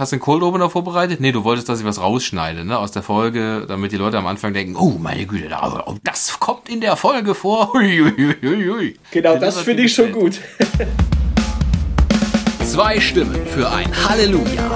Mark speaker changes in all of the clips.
Speaker 1: Hast du einen Cold Opener vorbereitet? Nee, du wolltest, dass ich was rausschneide, ne, aus der Folge, damit die Leute am Anfang denken, oh, meine Güte, das kommt in der Folge vor. Hui.
Speaker 2: Genau, das finde ich schon gut.
Speaker 1: 2 Stimmen für ein Halleluja.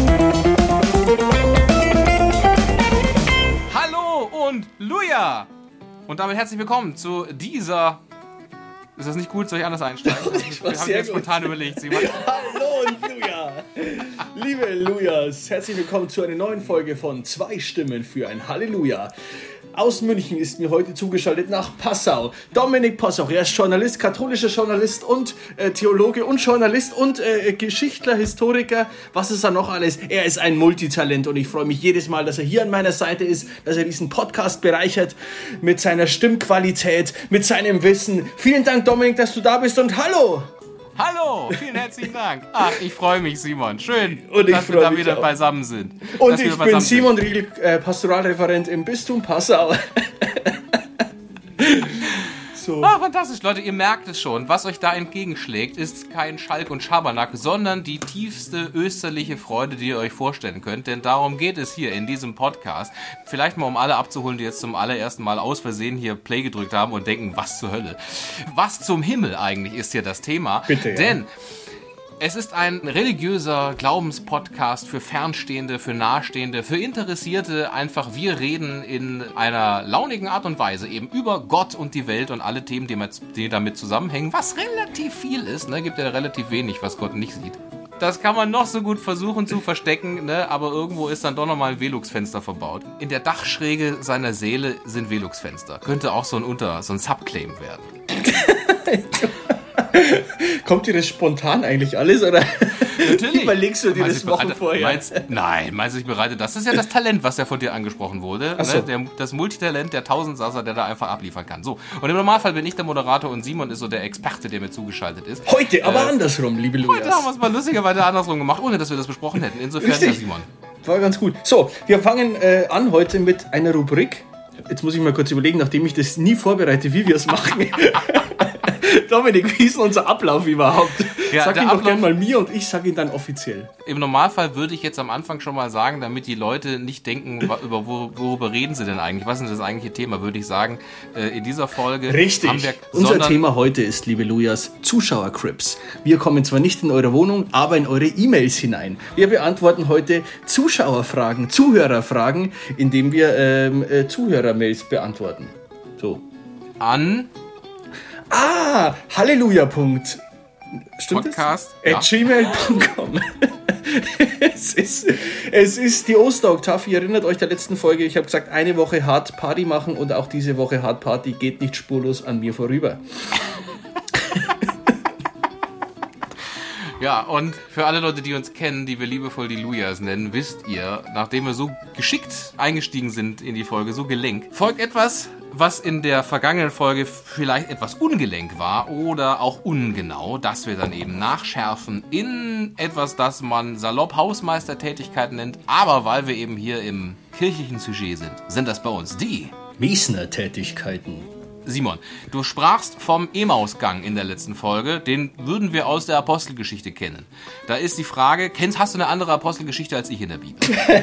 Speaker 1: Hallo und Luja. Und damit herzlich willkommen zu dieser... Ist das nicht gut? Soll ich anders einsteigen?
Speaker 2: Ich habe
Speaker 1: mir jetzt spontan überlegt, Simon.
Speaker 2: Hallo und Luja. Liebe Lujas, herzlich willkommen zu einer neuen Folge von 2 Stimmen für ein Halleluja. Aus München ist mir heute zugeschaltet nach Passau Dominik Possoch. Er ist Journalist, katholischer Journalist und Theologe und Journalist und Geschichtler, Historiker. Was ist da noch alles? Er ist ein Multitalent und ich freue mich jedes Mal, dass er hier an meiner Seite ist, dass er diesen Podcast bereichert mit seiner Stimmqualität, mit seinem Wissen. Vielen Dank, Dominik, dass du da bist und hallo!
Speaker 1: Hallo, vielen herzlichen Dank. Ach, ich freue mich, Simon. Schön,
Speaker 2: und
Speaker 1: dass wir da wieder beisammen sind.
Speaker 2: Und ich bin Simon Riegel, Pastoralreferent im Bistum Passau.
Speaker 1: So. Ah, fantastisch, Leute, ihr merkt es schon. Was euch da entgegenschlägt, ist kein Schalk und Schabernack, sondern die tiefste österliche Freude, die ihr euch vorstellen könnt. Denn darum geht es hier in diesem Podcast. Vielleicht mal, um alle abzuholen, die jetzt zum allerersten Mal aus Versehen hier Play gedrückt haben und denken, was zur Hölle? Was zum Himmel eigentlich ist hier das Thema?
Speaker 2: Bitte, ja.
Speaker 1: Denn... es ist ein religiöser Glaubenspodcast für Fernstehende, für Nahestehende, für Interessierte. Einfach, wir reden in einer launigen Art und Weise eben über Gott und die Welt und alle Themen, die damit zusammenhängen, was relativ viel ist. Ne? Gibt ja relativ wenig, was Gott nicht sieht. Das kann man noch so gut versuchen zu verstecken, ne? Aber irgendwo ist dann doch nochmal ein Velux-Fenster verbaut. In der Dachschräge seiner Seele sind Velux-Fenster. Könnte auch so ein Subclaim werden.
Speaker 2: Kommt dir das spontan eigentlich alles, oder?
Speaker 1: Natürlich.
Speaker 2: Überlegst du dir das Wochen vorher?
Speaker 1: Meinst du, ich bereite das? Das ist ja das Talent, was ja von dir angesprochen wurde.
Speaker 2: Ach so.
Speaker 1: Ne? Das Multitalent, der Tausendsasser, der da einfach abliefern kann. So. Und im Normalfall bin ich der Moderator und Simon ist so der Experte, der mir zugeschaltet ist.
Speaker 2: Heute aber andersrum, liebe Lujas.
Speaker 1: Heute haben wir es mal lustigerweise andersrum gemacht, ohne dass wir das besprochen hätten. Insofern,
Speaker 2: Richtig.
Speaker 1: Ja, Simon.
Speaker 2: War ganz gut. So, wir fangen an heute mit einer Rubrik. Jetzt muss ich mal kurz überlegen, nachdem ich das nie vorbereite, wie wir es machen. Dominik, wie ist denn unser Ablauf überhaupt?
Speaker 1: Ja,
Speaker 2: sag ihn doch gerne mal mir und ich sage ihn dann offiziell.
Speaker 1: Im Normalfall würde ich jetzt am Anfang schon mal sagen, damit die Leute nicht denken, worüber reden sie denn eigentlich? Was ist denn das eigentliche Thema? Würde ich sagen, in dieser Folge
Speaker 2: Richtig.
Speaker 1: haben wir...
Speaker 2: Unser Thema heute ist, liebe Lujas, Zuschauercrips. Wir kommen zwar nicht in eure Wohnung, aber in eure E-Mails hinein. Wir beantworten heute Zuschauerfragen, Zuhörerfragen, indem wir Zuhörermails beantworten. So.
Speaker 1: An...
Speaker 2: Halleluja. Stimmt
Speaker 1: Podcast?
Speaker 2: Das?
Speaker 1: Ja.
Speaker 2: @gmail.com. Es ist die Osteroktav. Ihr erinnert euch der letzten Folge, ich habe gesagt, eine Woche hart Party machen und auch diese Woche hart Party geht nicht spurlos an mir vorüber.
Speaker 1: Ja, und für alle Leute, die uns kennen, die wir liebevoll die Lujas nennen, wisst ihr, nachdem wir so geschickt eingestiegen sind in die Folge, so gelenk, folgt etwas, was in der vergangenen Folge vielleicht etwas ungelenk war oder auch ungenau, das wir dann eben nachschärfen in etwas, das man salopp Hausmeistertätigkeit nennt, aber weil wir eben hier im kirchlichen Sujet sind das bei uns die
Speaker 2: Miesner-Tätigkeiten.
Speaker 1: Simon, du sprachst vom Emmausgang in der letzten Folge, den würden wir aus der Apostelgeschichte kennen. Da ist die Frage, hast du eine andere Apostelgeschichte als ich in der Bibel?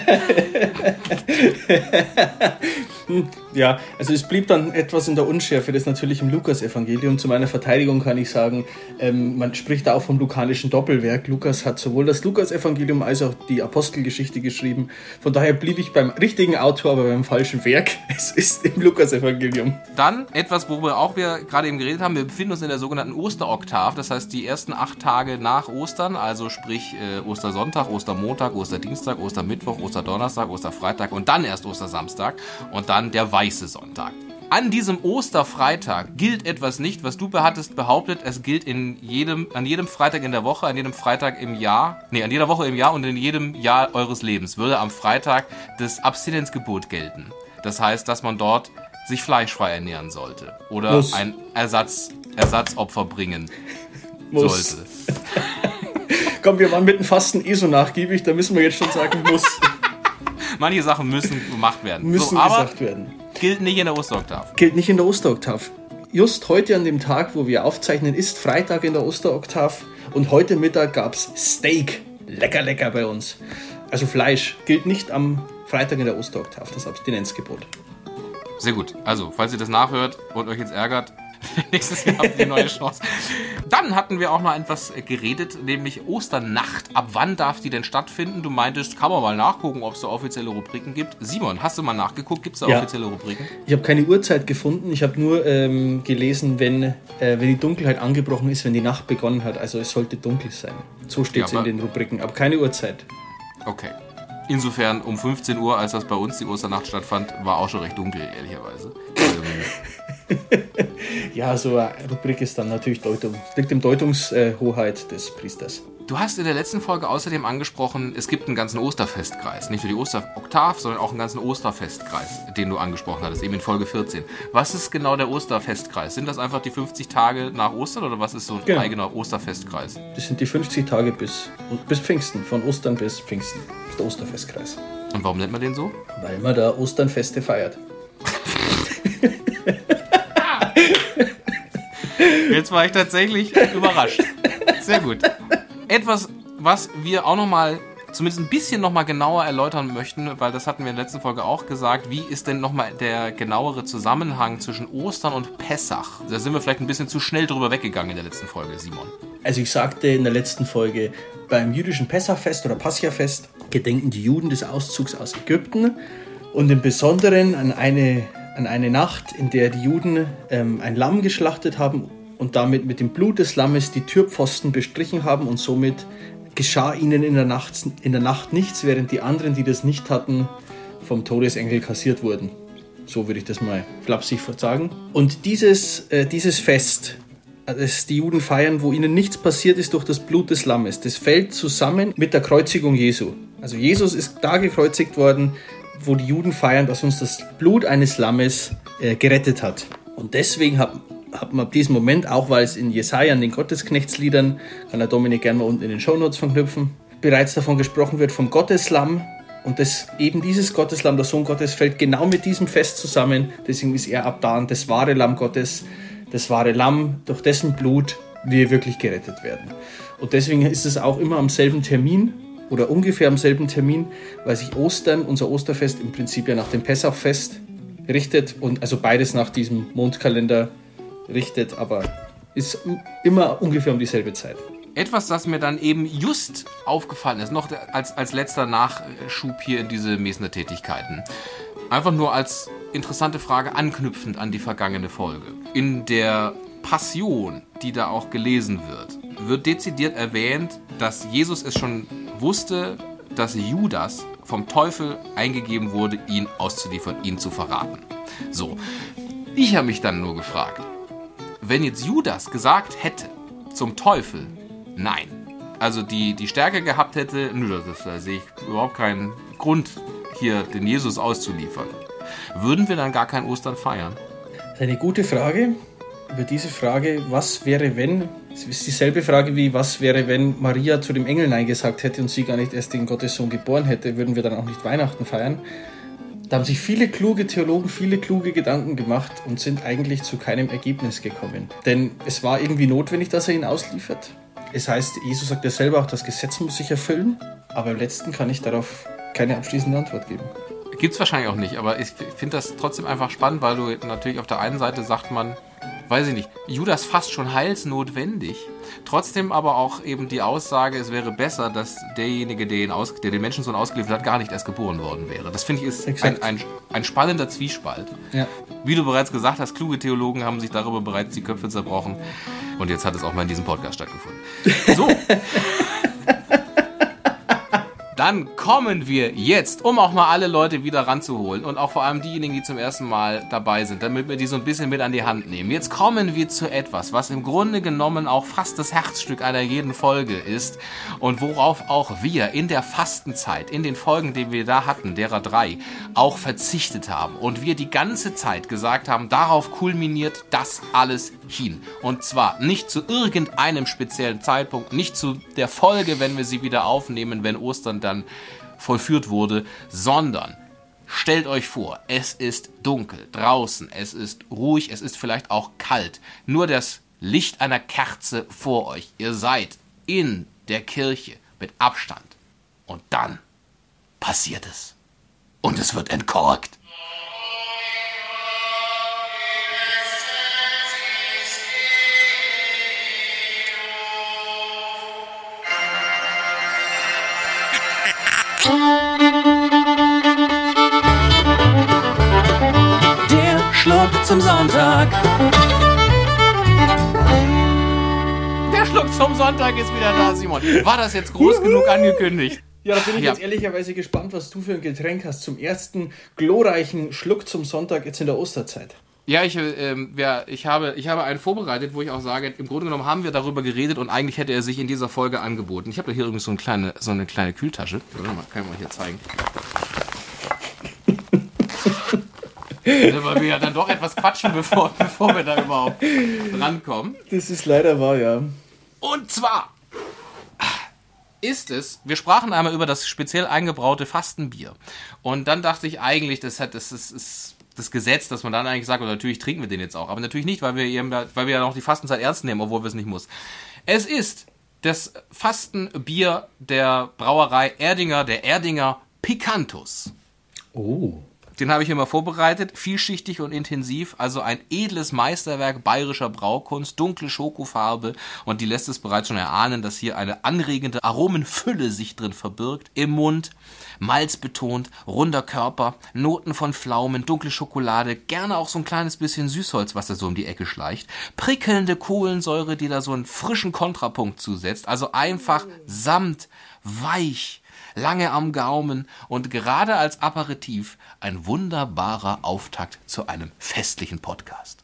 Speaker 2: Ja, also es blieb dann etwas in der Unschärfe, das natürlich im Lukas-Evangelium. Zu meiner Verteidigung kann ich sagen, man spricht da auch vom lukanischen Doppelwerk. Lukas hat sowohl das Lukas-Evangelium als auch die Apostelgeschichte geschrieben. Von daher blieb ich beim richtigen Autor, aber beim falschen Werk. Es ist im Lukas-Evangelium.
Speaker 1: Dann etwas, worüber wir gerade eben geredet haben. Wir befinden uns in der sogenannten Osteroktav. Das heißt, die ersten 8 Tage nach Ostern, also sprich Ostersonntag, Ostermontag, Osterdienstag, Ostermittwoch, Osterdonnerstag, Osterfreitag und dann erst Ostersamstag und dann der Weiße Sonntag. An diesem Osterfreitag gilt etwas nicht, was du hattest behauptet, es gilt an jedem Freitag in der Woche, an jedem Freitag im Jahr, an jeder Woche im Jahr und in jedem Jahr eures Lebens würde am Freitag das Abstinenzgebot gelten. Das heißt, dass man dort sich fleischfrei ernähren sollte oder ein Ersatzopfer bringen sollte.
Speaker 2: Komm, wir waren mit dem Fasten so nachgiebig, da müssen wir jetzt schon sagen, muss.
Speaker 1: Manche Sachen müssen gemacht werden.
Speaker 2: Müssen gesagt werden.
Speaker 1: Gilt nicht in der Osteroktav.
Speaker 2: Gilt nicht in der Osteroktav. Just heute an dem Tag, wo wir aufzeichnen, ist Freitag in der Osteroktav und heute Mittag gab's Steak lecker, lecker bei uns. Also Fleisch gilt nicht am Freitag in der Osteroktav, das Abstinenzgebot.
Speaker 1: Sehr gut. Also, falls ihr das nachhört und euch jetzt ärgert, nächstes Jahr habt ihr die neue Chance. Dann hatten wir auch noch etwas geredet, nämlich Osternacht. Ab wann darf die denn stattfinden? Du meintest, kann man mal nachgucken, ob es da offizielle Rubriken gibt. Simon, hast du mal nachgeguckt? Gibt es da offizielle Rubriken?
Speaker 2: Ich habe keine Uhrzeit gefunden. Ich habe nur gelesen, wenn die Dunkelheit angebrochen ist, wenn die Nacht begonnen hat. Also es sollte dunkel sein. So steht es in den Rubriken, aber keine Uhrzeit.
Speaker 1: Okay. Insofern um 15 Uhr, als das bei uns die Osternacht stattfand, war auch schon recht dunkel, ehrlicherweise.
Speaker 2: Ja, so eine Rubrik ist dann natürlich Deutung. Es liegt im Deutungshoheit des Priesters.
Speaker 1: Du hast in der letzten Folge außerdem angesprochen, es gibt einen ganzen Osterfestkreis. Nicht nur die Osteroktav, sondern auch einen ganzen Osterfestkreis, den du angesprochen hattest, eben in Folge 14. Was ist genau der Osterfestkreis? Sind das einfach die 50 Tage nach Ostern oder was ist so ein eigener Osterfestkreis?
Speaker 2: Das sind die 50 Tage bis Pfingsten, von Ostern bis Pfingsten. Das ist der Osterfestkreis.
Speaker 1: Und warum nennt man den so?
Speaker 2: Weil man da Osternfeste feiert.
Speaker 1: Jetzt war ich tatsächlich überrascht. Sehr gut. Etwas, was wir auch nochmal, zumindest ein bisschen nochmal genauer erläutern möchten, weil das hatten wir in der letzten Folge auch gesagt, wie ist denn nochmal der genauere Zusammenhang zwischen Ostern und Pessach? Da sind wir vielleicht ein bisschen zu schnell drüber weggegangen in der letzten Folge, Simon.
Speaker 2: Also ich sagte in der letzten Folge, beim jüdischen Pessachfest oder Paschafest gedenken die Juden des Auszugs aus Ägypten und im Besonderen an eine Nacht, in der die Juden ein Lamm geschlachtet haben und damit mit dem Blut des Lammes die Türpfosten bestrichen haben und somit geschah ihnen in der Nacht nichts, während die anderen, die das nicht hatten, vom Todesengel kassiert wurden. So würde ich das mal flapsig sagen. Und dieses Fest, das die Juden feiern, wo ihnen nichts passiert ist durch das Blut des Lammes, das fällt zusammen mit der Kreuzigung Jesu. Also Jesus ist da gekreuzigt worden, wo die Juden feiern, dass uns das Blut eines Lammes gerettet hat. Und deswegen hat man ab diesem Moment, auch weil es in Jesaja, in den Gottesknechtsliedern, kann der Dominik gerne mal unten in den Shownotes verknüpfen, bereits davon gesprochen wird, vom Gotteslamm. Und eben dieses Gotteslamm, der Sohn Gottes, fällt genau mit diesem Fest zusammen. Deswegen ist er ab da das wahre Lamm Gottes, das wahre Lamm, durch dessen Blut wir wirklich gerettet werden. Und deswegen ist es auch immer am selben Termin oder ungefähr am selben Termin, weil sich unser Osterfest im Prinzip ja nach dem Pessachfest richtet und also beides nach diesem Mondkalender richtet, aber ist immer ungefähr um dieselbe Zeit.
Speaker 1: Etwas, das mir dann eben just aufgefallen ist, noch als letzter Nachschub hier in diese Mesner-Tätigkeiten. Einfach nur als interessante Frage anknüpfend an die vergangene Folge. In der Passion, die da auch gelesen wird dezidiert erwähnt, dass Jesus es schon wusste, dass Judas vom Teufel eingegeben wurde, ihn auszuliefern, ihn zu verraten. So, ich habe mich dann nur gefragt, wenn jetzt Judas gesagt hätte zum Teufel, nein, also die Stärke gehabt hätte, da sehe ich überhaupt keinen Grund, hier den Jesus auszuliefern, würden wir dann gar kein Ostern feiern?
Speaker 2: Das ist eine gute Frage. Über diese Frage, was wäre, wenn, es ist dieselbe Frage wie, was wäre, wenn Maria zu dem Engel Nein gesagt hätte und sie gar nicht erst den Gottessohn geboren hätte, würden wir dann auch nicht Weihnachten feiern. Da haben sich viele kluge Theologen, viele kluge Gedanken gemacht und sind eigentlich zu keinem Ergebnis gekommen. Denn es war irgendwie notwendig, dass er ihn ausliefert. Es heißt, Jesus sagt ja selber auch, das Gesetz muss sich erfüllen, aber im Letzten kann ich darauf keine abschließende Antwort geben.
Speaker 1: Gibt's wahrscheinlich auch nicht, aber ich finde das trotzdem einfach spannend, weil du natürlich auf der einen Seite sagt man, weiß ich nicht, Judas fast schon heilsnotwendig. Trotzdem aber auch eben die Aussage, es wäre besser, dass derjenige, der den Menschensohn ausgeliefert hat, gar nicht erst geboren worden wäre. Das finde ich ist ein spannender Zwiespalt. Ja. Wie du bereits gesagt hast, kluge Theologen haben sich darüber bereits die Köpfe zerbrochen. Und jetzt hat es auch mal in diesem Podcast stattgefunden. So. Dann kommen wir jetzt, um auch mal alle Leute wieder ranzuholen und auch vor allem diejenigen, die zum ersten Mal dabei sind, damit wir die so ein bisschen mit an die Hand nehmen. Jetzt kommen wir zu etwas, was im Grunde genommen auch fast das Herzstück einer jeden Folge ist und worauf auch wir in der Fastenzeit, in den Folgen, die wir da hatten, derer 3, auch verzichtet haben. Und wir die ganze Zeit gesagt haben, darauf kulminiert das alles hin. Und zwar nicht zu irgendeinem speziellen Zeitpunkt, nicht zu der Folge, wenn wir sie wieder aufnehmen, wenn Ostern dann vollführt wurde, sondern stellt euch vor, es ist dunkel draußen, es ist ruhig, es ist vielleicht auch kalt, nur das Licht einer Kerze vor euch. Ihr seid in der Kirche, mit Abstand. Und dann passiert es. Und es wird entkorkt.
Speaker 3: Der Schluck zum Sonntag.
Speaker 1: Der Schluck zum Sonntag ist wieder da, Simon. War das jetzt groß genug angekündigt?
Speaker 2: Ja, da bin ich jetzt ehrlicherweise gespannt, was du für ein Getränk hast zum ersten glorreichen Schluck zum Sonntag jetzt in der Osterzeit.
Speaker 1: Ja, ich habe einen vorbereitet, wo ich auch sage, im Grunde genommen haben wir darüber geredet und eigentlich hätte er sich in dieser Folge angeboten. Ich habe da hier übrigens so eine kleine Kühltasche. Kann ich mal hier zeigen. Weil wir ja dann doch etwas quatschen, bevor wir da überhaupt rankommen.
Speaker 2: Das ist leider wahr, ja.
Speaker 1: Und zwar wir sprachen einmal über das speziell eingebraute Fastenbier. Und dann dachte ich eigentlich, das ist das Gesetz, dass man dann eigentlich sagt, und natürlich trinken wir den jetzt auch, aber natürlich nicht, weil wir ja noch die Fastenzeit ernst nehmen, obwohl wir es nicht muss. Es ist das Fastenbier der Brauerei Erdinger, der Erdinger Picantus.
Speaker 2: Oh.
Speaker 1: Den habe ich immer vorbereitet, vielschichtig und intensiv, also ein edles Meisterwerk bayerischer Braukunst, dunkle Schokofarbe und die lässt es bereits schon erahnen, dass hier eine anregende Aromenfülle sich drin verbirgt. Im Mund, malzbetont, runder Körper, Noten von Pflaumen, dunkle Schokolade, gerne auch so ein kleines bisschen Süßholz, was da so um die Ecke schleicht, prickelnde Kohlensäure, die da so einen frischen Kontrapunkt zusetzt, also einfach samt, weich, lange am Gaumen und gerade als Aperitif ein wunderbarer Auftakt zu einem festlichen Podcast.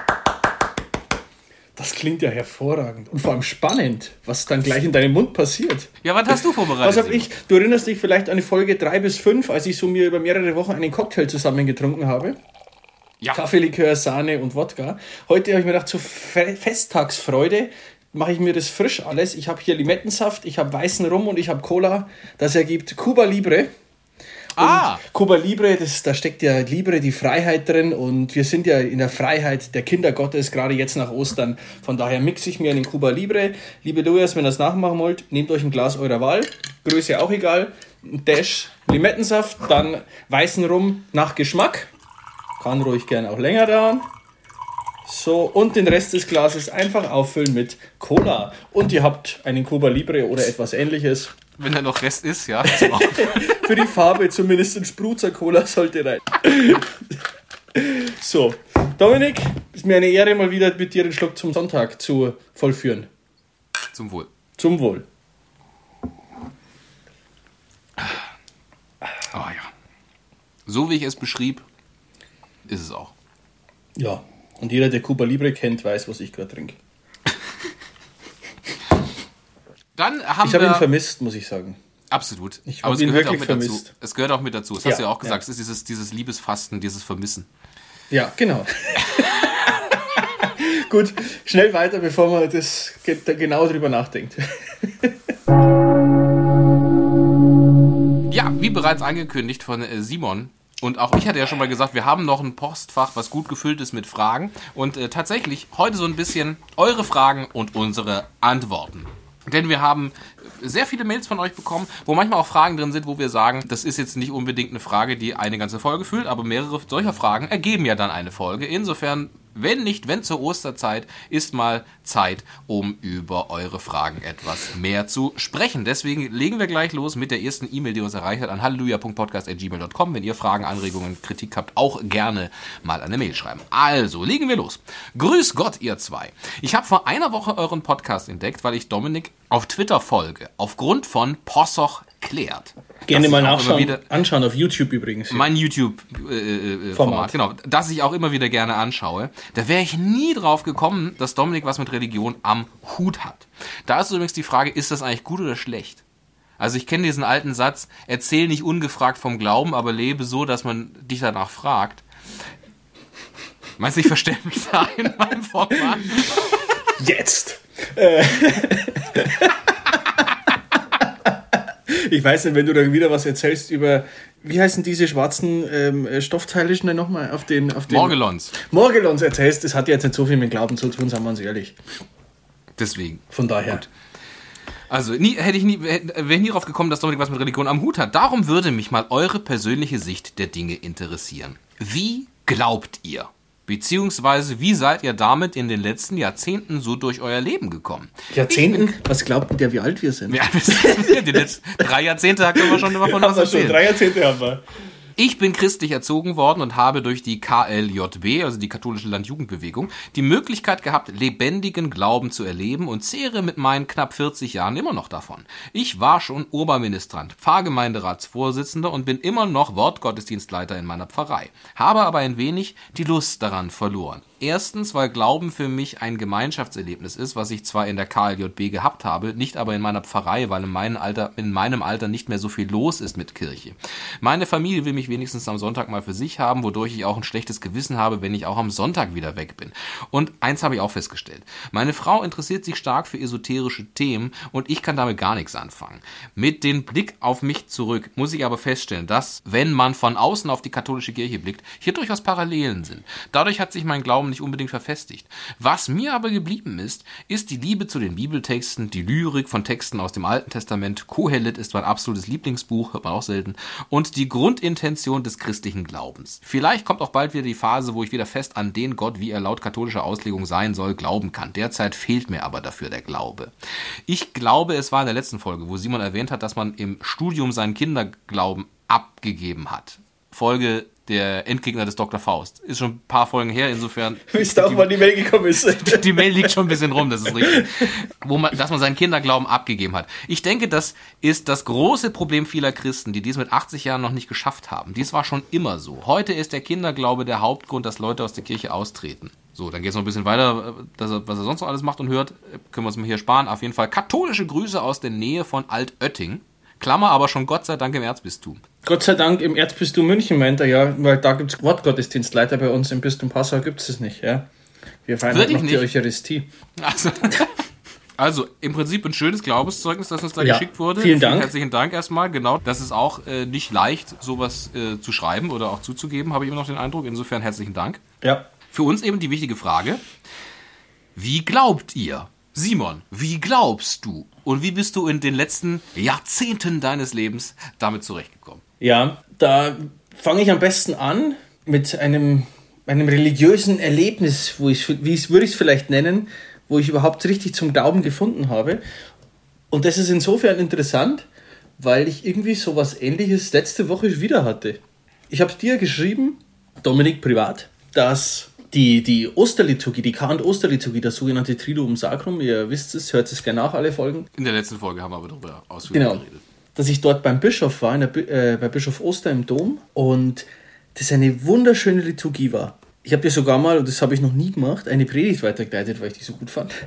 Speaker 2: Das klingt ja hervorragend und vor allem spannend, was dann gleich in deinem Mund passiert.
Speaker 1: Ja, was hast du vorbereitet?
Speaker 2: Was habe ich? Du erinnerst dich vielleicht an die Folge 3 bis 5, als ich so mir über mehrere Wochen einen Cocktail zusammen getrunken habe?
Speaker 1: Ja.
Speaker 2: Kaffee, Likör, Sahne und Wodka. Heute habe ich mir gedacht, zur Festtagsfreude mache ich mir das frisch alles. Ich habe hier Limettensaft, ich habe weißen Rum und ich habe Cola. Das ergibt Cuba Libre. Und Cuba Libre, da steckt ja Libre, die Freiheit drin. Und wir sind ja in der Freiheit der Kinder Gottes, gerade jetzt nach Ostern. Von daher mixe ich mir einen Cuba Libre. Liebe Lujas, wenn ihr das nachmachen wollt, nehmt euch ein Glas eurer Wahl. Größe auch egal. Ein Dash Limettensaft, dann weißen Rum nach Geschmack. Kann ruhig gerne auch länger dauern. So, und den Rest des Glases einfach auffüllen mit Cola. Und ihr habt einen Cuba Libre oder etwas Ähnliches.
Speaker 1: Wenn da noch Rest ist, ja.
Speaker 2: Für die Farbe zumindest ein Sprutzer Cola sollte rein. So, Dominik, ist mir eine Ehre, mal wieder mit dir den Schluck zum Sonntag zu vollführen.
Speaker 1: Zum Wohl.
Speaker 2: Zum Wohl.
Speaker 1: Oh ja. So wie ich es beschrieb, ist es auch.
Speaker 2: Ja. Und jeder, der Cuba Libre kennt, weiß, was ich gerade trinke.
Speaker 1: Dann
Speaker 2: ich habe ihn vermisst, muss ich sagen.
Speaker 1: Absolut.
Speaker 2: Ich habe ihn wirklich vermisst.
Speaker 1: Es gehört auch mit dazu. Das hast du ja auch gesagt. Es ist dieses Liebesfasten, dieses Vermissen. Ja,
Speaker 2: genau. Gut, schnell weiter, bevor man das genau drüber nachdenkt.
Speaker 1: Ja, wie bereits angekündigt von Simon. Und auch ich hatte ja schon mal gesagt, wir haben noch ein Postfach, was gut gefüllt ist mit Fragen. Und tatsächlich heute so ein bisschen eure Fragen und unsere Antworten. Denn wir haben sehr viele Mails von euch bekommen, wo manchmal auch Fragen drin sind, wo wir sagen, das ist jetzt nicht unbedingt eine Frage, die eine ganze Folge füllt, aber mehrere solcher Fragen ergeben ja dann eine Folge. Insofern, wenn zur Osterzeit, ist mal Zeit, um über eure Fragen etwas mehr zu sprechen. Deswegen legen wir gleich los mit der ersten E-Mail, die uns erreicht hat, an halleluja.podcast@gmail.com. Wenn ihr Fragen, Anregungen, Kritik habt, auch gerne mal eine Mail schreiben. Also, legen wir los. Grüß Gott, ihr zwei. Ich habe vor einer Woche euren Podcast entdeckt, weil ich Dominik auf Twitter folge, aufgrund von Possoch klärt.
Speaker 2: Gerne mal anschauen, auf YouTube übrigens.
Speaker 1: Mein YouTube-Format, genau, das ich auch immer wieder gerne anschaue. Da wäre ich nie drauf gekommen, dass Dominik was mit Religion am Hut hat. Da ist übrigens die Frage, ist das eigentlich gut oder schlecht? Also ich kenne diesen alten Satz, erzähl nicht ungefragt vom Glauben, aber lebe so, dass man dich danach fragt. Meinst du, ich verstelle mich da in meinem Format?
Speaker 2: Jetzt! Ich weiß nicht, wenn du da wieder was erzählst über, wie heißen diese schwarzen Stoffteile schnell nochmal auf den
Speaker 1: Morgellons.
Speaker 2: Morgellons erzählst, das hat ja jetzt nicht so viel mit Glauben zu tun, sagen wir uns ehrlich.
Speaker 1: Deswegen.
Speaker 2: Von daher. Gut.
Speaker 1: Also, wäre ich nie drauf gekommen, dass Dominik was mit Religion am Hut hat. Darum würde mich mal eure persönliche Sicht der Dinge interessieren. Wie glaubt ihr? Beziehungsweise, wie seid ihr damit in den letzten Jahrzehnten so durch euer Leben gekommen?
Speaker 2: Jahrzehnten? Was glaubt denn der, wie alt wir sind?
Speaker 1: Ja, die letzten 3 Jahrzehnte können wir schon immer von was erzählen.
Speaker 2: 3 Jahrzehnte haben wir.
Speaker 1: Ich bin christlich erzogen worden und habe durch die KLJB, also die katholische Landjugendbewegung, die Möglichkeit gehabt, lebendigen Glauben zu erleben und zehre mit meinen knapp 40 Jahren immer noch davon. Ich war schon Oberministrant, Pfarrgemeinderatsvorsitzender und bin immer noch Wortgottesdienstleiter in meiner Pfarrei, habe aber ein wenig die Lust daran verloren. Erstens, weil Glauben für mich ein Gemeinschaftserlebnis ist, was ich zwar in der KLJB gehabt habe, nicht aber in meiner Pfarrei, weil in meinem Alter nicht mehr so viel los ist mit Kirche. Meine Familie will mich wenigstens am Sonntag mal für sich haben, wodurch ich auch ein schlechtes Gewissen habe, wenn ich auch am Sonntag wieder weg bin. Und eins habe ich auch festgestellt. Meine Frau interessiert sich stark für esoterische Themen und ich kann damit gar nichts anfangen. Mit dem Blick auf mich zurück muss ich aber feststellen, dass, wenn man von außen auf die katholische Kirche blickt, hier durchaus Parallelen sind. Dadurch hat sich mein Glauben nicht unbedingt verfestigt. Was mir aber geblieben ist die Liebe zu den Bibeltexten, die Lyrik von Texten aus dem Alten Testament. Kohelet ist mein absolutes Lieblingsbuch, hört man auch selten, und die Grundintention des christlichen Glaubens. Vielleicht kommt auch bald wieder die Phase, wo ich wieder fest an den Gott, wie er laut katholischer Auslegung sein soll, glauben kann. Derzeit fehlt mir aber dafür der Glaube. Ich glaube, es war in der letzten Folge, wo Simon erwähnt hat, dass man im Studium seinen Kinderglauben abgegeben hat. Folge der Endgegner des Dr. Faust. Ist schon ein paar Folgen her, insofern...
Speaker 2: Wisst ihr auch, wann die Mail gekommen ist?
Speaker 1: Die Mail liegt schon ein bisschen rum, das ist richtig. Dass man seinen Kinderglauben abgegeben hat. Ich denke, das ist das große Problem vieler Christen, die dies mit 80 Jahren noch nicht geschafft haben. Dies war schon immer so. Heute ist der Kinderglaube der Hauptgrund, dass Leute aus der Kirche austreten. So, dann geht es noch ein bisschen weiter, was er sonst noch alles macht und hört. Können wir uns mal hier sparen. Auf jeden Fall katholische Grüße aus der Nähe von Altötting. Klammer, aber schon Gott sei Dank im Erzbistum.
Speaker 2: Gott sei Dank im Erzbistum München, meint er ja, weil da gibt es Wortgottesdienstleiter, bei uns im Bistum Passau gibt es nicht, ja. Wir feiern noch die Eucharistie. Also, im Prinzip ein schönes Glaubenszeugnis, das uns da geschickt wurde. Vielen Dank.
Speaker 1: Herzlichen Dank erstmal. Genau, das ist auch nicht leicht, sowas zu schreiben oder auch zuzugeben, habe ich immer noch den Eindruck. Insofern herzlichen Dank.
Speaker 2: Ja.
Speaker 1: Für uns eben die wichtige Frage, wie glaubt ihr? Simon, wie glaubst du? Und wie bist du in den letzten Jahrzehnten deines Lebens damit zurechtgekommen?
Speaker 2: Ja, da fange ich am besten an mit einem religiösen Erlebnis, würde ich es vielleicht nennen, wo ich überhaupt richtig zum Glauben gefunden habe. Und das ist insofern interessant, weil ich irgendwie sowas Ähnliches letzte Woche wieder hatte. Ich habe es dir geschrieben, Dominik privat, dass die Osterliturgie, die Kar- und Osterliturgie, das sogenannte Triduum Sacrum, ihr wisst es, hört es gerne nach, alle Folgen.
Speaker 1: In der letzten Folge haben wir aber darüber ausführlich geredet.
Speaker 2: Dass ich dort beim Bischof war, bei Bischof Oster im Dom, und das eine wunderschöne Liturgie war. Ich habe dir sogar mal, und das habe ich noch nie gemacht, eine Predigt weitergeleitet, weil ich die so gut fand.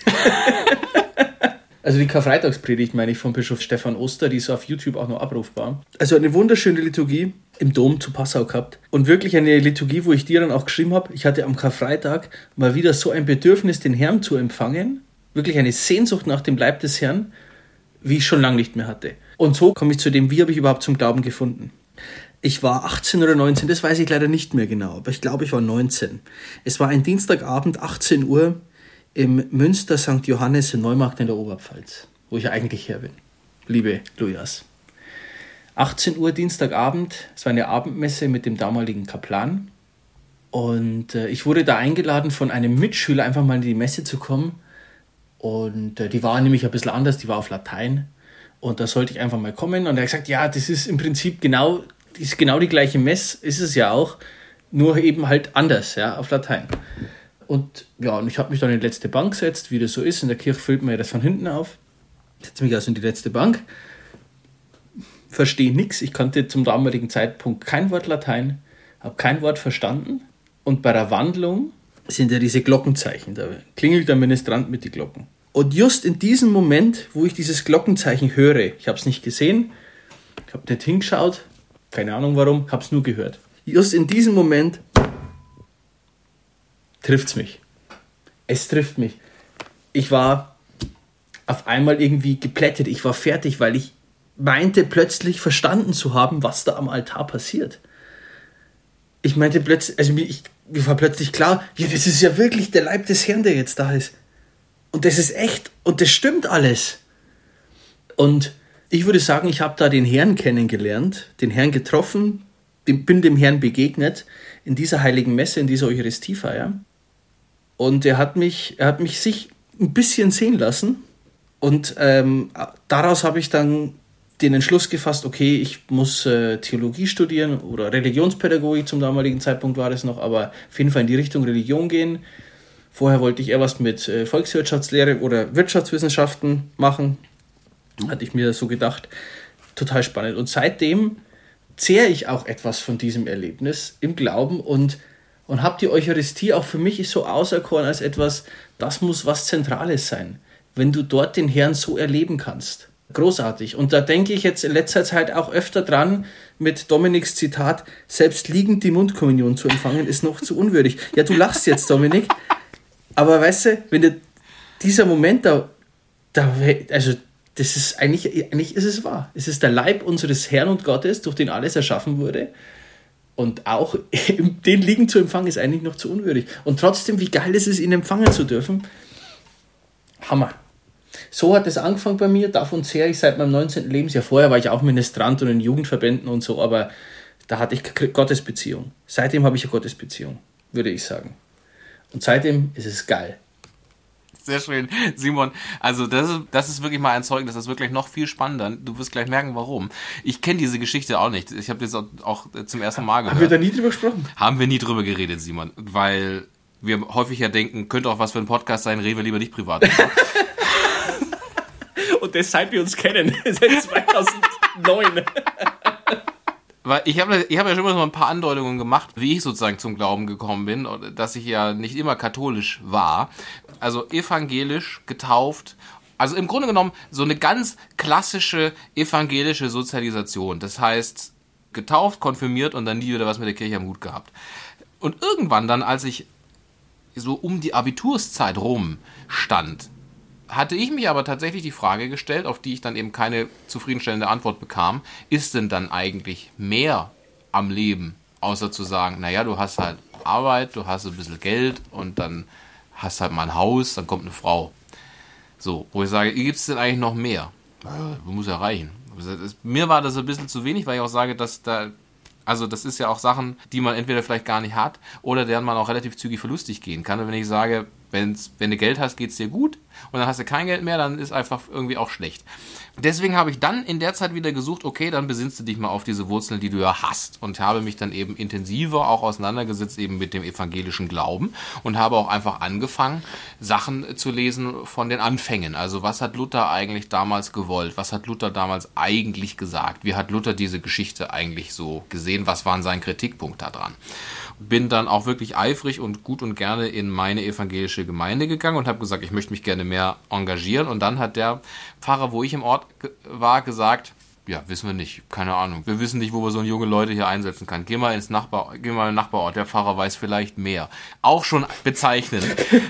Speaker 2: Also die Karfreitagspredigt, meine ich, von Bischof Stefan Oster, die ist auf YouTube auch noch abrufbar. Also eine wunderschöne Liturgie im Dom zu Passau gehabt. Und wirklich eine Liturgie, wo ich dir dann auch geschrieben habe, ich hatte am Karfreitag mal wieder so ein Bedürfnis, den Herrn zu empfangen. Wirklich eine Sehnsucht nach dem Leib des Herrn, wie ich schon lange nicht mehr hatte. Und so komme ich zu dem, wie habe ich überhaupt zum Glauben gefunden. Ich war 18 oder 19, das weiß ich leider nicht mehr genau, aber ich glaube, ich war 19. Es war ein Dienstagabend, 18 Uhr, im Münster St. Johannes in Neumarkt in der Oberpfalz, wo ich eigentlich her bin, liebe Lujas. 18 Uhr Dienstagabend, es war eine Abendmesse mit dem damaligen Kaplan, und ich wurde da eingeladen von einem Mitschüler, einfach mal in die Messe zu kommen, und die war nämlich ein bisschen anders, die war auf Latein, und da sollte ich einfach mal kommen, und er hat gesagt, ja, das ist im Prinzip genau die gleiche Messe, ist es ja auch, nur eben halt anders, ja, auf Latein. Und ja, und ich habe mich dann in die letzte Bank gesetzt, wie das so ist. In der Kirche füllt man ja das von hinten auf. Ich setze mich also in die letzte Bank, verstehe nichts. Ich kannte zum damaligen Zeitpunkt kein Wort Latein, habe kein Wort verstanden. Und bei der Wandlung sind ja diese Glockenzeichen. Da klingelt der Ministrant mit den Glocken. Und just in diesem Moment, wo ich dieses Glockenzeichen höre, ich habe es nicht gesehen, ich habe nicht hingeschaut, keine Ahnung warum, habe es nur gehört. Just in diesem Moment trifft's mich. Es trifft mich. Ich war auf einmal irgendwie geplättet. Ich war fertig, weil ich meinte plötzlich verstanden zu haben, was da am Altar passiert. Ich meinte plötzlich, mir war plötzlich klar, ja, das ist ja wirklich der Leib des Herrn, der jetzt da ist. Und das ist echt und das stimmt alles. Und ich würde sagen, ich habe da den Herrn kennengelernt, den Herrn getroffen, bin dem Herrn begegnet in dieser heiligen Messe, in dieser Eucharistiefeier. Und er hat mich sich ein bisschen sehen lassen. Und daraus habe ich dann den Entschluss gefasst, okay, ich muss Theologie studieren oder Religionspädagogik, zum damaligen Zeitpunkt war das noch, aber auf jeden Fall in die Richtung Religion gehen. Vorher wollte ich eher was mit Volkswirtschaftslehre oder Wirtschaftswissenschaften machen. Hatte ich mir so gedacht. Total spannend. Und seitdem zehre ich auch etwas von diesem Erlebnis im Glauben und habe die Eucharistie auch für mich so auserkoren als etwas, das muss was Zentrales sein, wenn du dort den Herrn so erleben kannst. Großartig. Und da denke ich jetzt in letzter Zeit auch öfter dran mit Dominiks Zitat, selbst liegend die Mundkommunion zu empfangen, ist noch zu unwürdig. Ja, du lachst jetzt, Dominik, aber weißt du, wenn dir dieser Moment also das ist eigentlich ist es wahr. Es ist der Leib unseres Herrn und Gottes, durch den alles erschaffen wurde. Und auch den liegen zu empfangen, ist eigentlich noch zu unwürdig. Und trotzdem, wie geil ist es, ihn empfangen zu dürfen. Hammer. So hat es angefangen bei mir. Davon zehre ich seit meinem 19. Lebensjahr. Vorher war ich auch Ministrant und in Jugendverbänden und so, aber da hatte ich Gottesbeziehung. Seitdem habe ich eine Gottesbeziehung, würde ich sagen. Und seitdem ist es geil.
Speaker 1: Sehr schön, Simon. Also das ist wirklich mal ein Zeugnis, das ist wirklich noch viel spannender. Du wirst gleich merken, warum. Ich kenne diese Geschichte auch nicht. Ich habe das auch zum ersten Mal gehört.
Speaker 2: Haben wir da nie drüber gesprochen?
Speaker 1: Haben wir nie drüber geredet, Simon. Weil wir häufig ja denken, könnte auch was für ein Podcast sein, reden wir lieber nicht privat.
Speaker 2: Und das seit wir uns kennen, seit 2009.
Speaker 1: Weil ich hab ja schon mal so ein paar Andeutungen gemacht, wie ich sozusagen zum Glauben gekommen bin, dass ich ja nicht immer katholisch war. Also evangelisch, getauft, also im Grunde genommen so eine ganz klassische evangelische Sozialisation. Das heißt, getauft, konfirmiert und dann nie wieder was mit der Kirche am Hut gehabt. Und irgendwann dann, als ich so um die Abiturszeit rum stand, hatte ich mich aber tatsächlich die Frage gestellt, auf die ich dann eben keine zufriedenstellende Antwort bekam, ist denn dann eigentlich mehr am Leben, außer zu sagen, naja, du hast halt Arbeit, du hast ein bisschen Geld und dann hast halt mal ein Haus, dann kommt eine Frau. So, wo ich sage, gibt es denn eigentlich noch mehr? Muss ja reichen. Mir war das ein bisschen zu wenig, weil ich auch sage, dass also das ist ja auch Sachen, die man entweder vielleicht gar nicht hat oder deren man auch relativ zügig verlustig gehen kann. Und wenn ich sage, wenn du Geld hast, geht es dir gut und dann hast du kein Geld mehr, dann ist einfach irgendwie auch schlecht. Deswegen habe ich dann in der Zeit wieder gesucht, okay, dann besinnst du dich mal auf diese Wurzeln, die du ja hast, und habe mich dann eben intensiver auch auseinandergesetzt eben mit dem evangelischen Glauben und habe auch einfach angefangen, Sachen zu lesen von den Anfängen. Also was hat Luther eigentlich damals gewollt? Was hat Luther damals eigentlich gesagt? Wie hat Luther diese Geschichte eigentlich so gesehen? Was waren sein Kritikpunkt daran? Bin dann auch wirklich eifrig und gut und gerne in meine evangelische Gemeinde gegangen und habe gesagt, ich möchte mich gerne mehr engagieren. Und dann hat der Pfarrer, wo ich im Ort war, gesagt, ja, wissen wir nicht, keine Ahnung. Wir wissen nicht, wo wir so junge Leute hier einsetzen können. Geh mal in den Nachbarort, der Pfarrer weiß vielleicht mehr. Auch schon bezeichnend.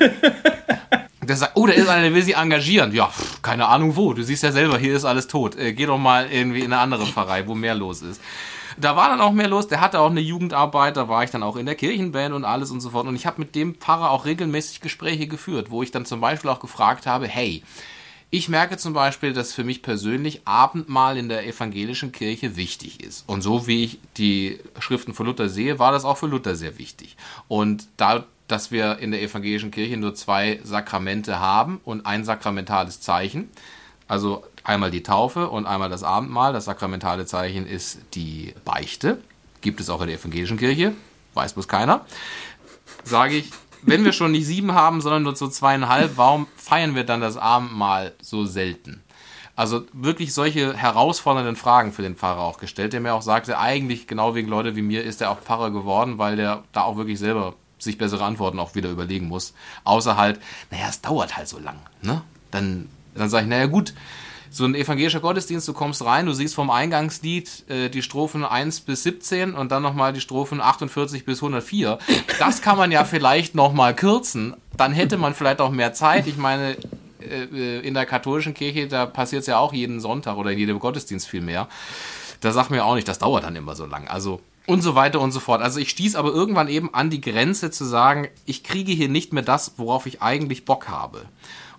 Speaker 1: Der sagt, oh, der ist einer, der will sie engagieren. Ja, keine Ahnung wo. Du siehst ja selber, hier ist alles tot. Geh doch mal irgendwie in eine andere Pfarrei, wo mehr los ist. Da war dann auch mehr los, der hatte auch eine Jugendarbeit, da war ich dann auch in der Kirchenband und alles und so fort. Und ich habe mit dem Pfarrer auch regelmäßig Gespräche geführt, wo ich dann zum Beispiel auch gefragt habe, hey, ich merke zum Beispiel, dass für mich persönlich Abendmahl in der evangelischen Kirche wichtig ist. Und so wie ich die Schriften von Luther sehe, war das auch für Luther sehr wichtig. Und da, dass wir in der evangelischen Kirche nur 2 Sakramente haben und ein sakramentales Zeichen, also einmal die Taufe und einmal das Abendmahl. Das sakramentale Zeichen ist die Beichte. Gibt es auch in der evangelischen Kirche. Weiß bloß keiner. Sage ich, wenn wir schon nicht 7 haben, sondern nur so 2,5, warum feiern wir dann das Abendmahl so selten? Also wirklich solche herausfordernden Fragen für den Pfarrer auch gestellt, der mir auch sagte, eigentlich genau wegen Leute wie mir ist er auch Pfarrer geworden, weil der da auch wirklich selber sich bessere Antworten auch wieder überlegen muss. Außer halt, naja, es dauert halt so lang. Ne? Dann sage ich, naja gut, so ein evangelischer Gottesdienst, du kommst rein, du siehst vom Eingangslied die Strophen 1 bis 17 und dann nochmal die Strophen 48 bis 104. Das kann man ja vielleicht nochmal kürzen, dann hätte man vielleicht auch mehr Zeit. Ich meine, in der katholischen Kirche, da passiert es ja auch jeden Sonntag oder in jedem Gottesdienst viel mehr. Da sagt man ja auch nicht, das dauert dann immer so lang. Also und so weiter und so fort. Also ich stieß aber irgendwann eben an die Grenze zu sagen, ich kriege hier nicht mehr das, worauf ich eigentlich Bock habe.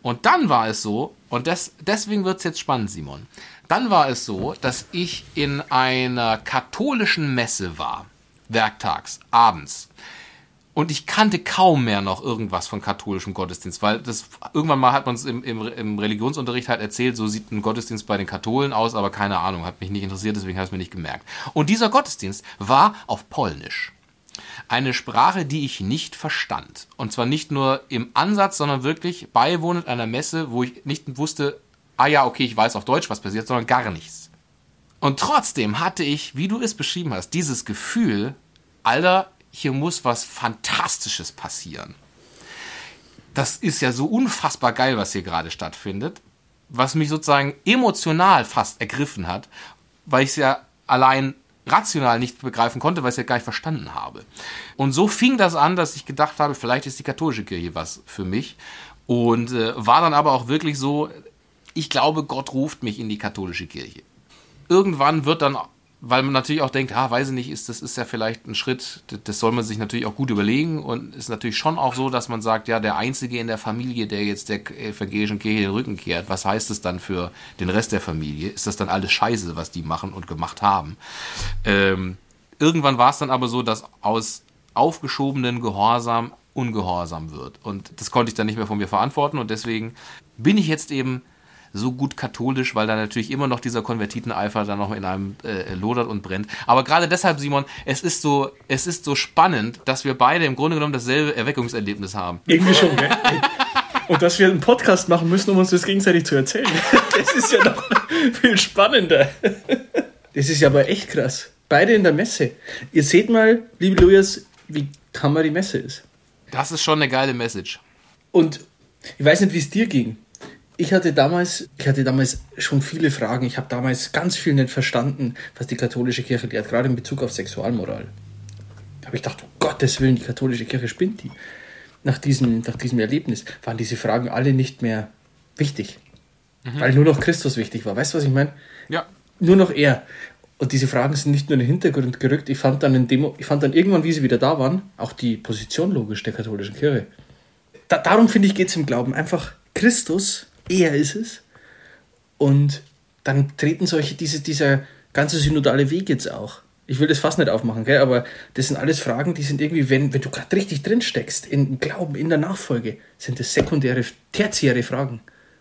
Speaker 1: Und dann war es so, und deswegen wird es jetzt spannend, Simon, dann war es so, dass ich in einer katholischen Messe war, werktags, abends. Und ich kannte kaum mehr noch irgendwas von katholischem Gottesdienst, weil irgendwann mal hat man es im Religionsunterricht halt erzählt, so sieht ein Gottesdienst bei den Katholen aus, aber keine Ahnung, hat mich nicht interessiert, deswegen habe ich es mir nicht gemerkt. Und dieser Gottesdienst war auf Polnisch. Eine Sprache, die ich nicht verstand. Und zwar nicht nur im Ansatz, sondern wirklich beiwohnend einer Messe, wo ich nicht wusste, okay, ich weiß auf Deutsch, was passiert, sondern gar nichts. Und trotzdem hatte ich, wie du es beschrieben hast, dieses Gefühl, Alter, hier muss was Fantastisches passieren. Das ist ja so unfassbar geil, was hier gerade stattfindet, was mich sozusagen emotional fast ergriffen hat, weil ich es ja allein rational nicht begreifen konnte, weil ich es ja gar nicht verstanden habe. Und so fing das an, dass ich gedacht habe, vielleicht ist die katholische Kirche was für mich. Und war dann aber auch wirklich so, ich glaube, Gott ruft mich in die katholische Kirche. Irgendwann wird dann, weil man natürlich auch denkt, weiß ich nicht, das ist ja vielleicht ein Schritt, das soll man sich natürlich auch gut überlegen und ist natürlich schon auch so, dass man sagt, ja, der Einzige in der Familie, der jetzt der evangelischen Kirche den Rücken kehrt, was heißt das dann für den Rest der Familie? Ist das dann alles Scheiße, was die machen und gemacht haben? Irgendwann war es dann aber so, dass aus aufgeschobenen Gehorsam Ungehorsam wird und das konnte ich dann nicht mehr von mir verantworten und deswegen bin ich jetzt eben so gut katholisch, weil da natürlich immer noch dieser Konvertiteneifer dann noch in einem lodert und brennt. Aber gerade deshalb, Simon, es ist so spannend, dass wir beide im Grunde genommen dasselbe Erweckungserlebnis haben.
Speaker 2: Irgendwie schon, gell? Und dass wir einen Podcast machen müssen, um uns das gegenseitig zu erzählen. Das ist ja noch viel spannender. Das ist ja aber echt krass. Beide in der Messe. Ihr seht mal, liebe Lujas, wie hammer die Messe ist.
Speaker 1: Das ist schon eine geile Message.
Speaker 2: Und ich weiß nicht, wie es dir ging. Ich hatte damals schon viele Fragen. Ich habe damals ganz viel nicht verstanden, was die katholische Kirche lehrt, gerade in Bezug auf Sexualmoral. Da habe ich gedacht, um Gottes Willen, die katholische Kirche spinnt die. Nach diesem Erlebnis waren diese Fragen alle nicht mehr wichtig. Weil nur noch Christus wichtig war. Weißt du, was ich meine?
Speaker 1: Ja.
Speaker 2: Nur noch er. Und diese Fragen sind nicht nur in den Hintergrund gerückt. Ich fand dann irgendwann, wie sie wieder da waren, auch die Position logisch der katholischen Kirche. Darum, finde ich, geht es im Glauben. Einfach Christus, er ist es. Und dann treten dieser ganze synodale Weg jetzt auch. Ich will das fast nicht aufmachen, gell? Aber das sind alles Fragen, die sind irgendwie, wenn du gerade richtig drin steckst, im Glauben, in der Nachfolge, sind das sekundäre, tertiäre Fragen.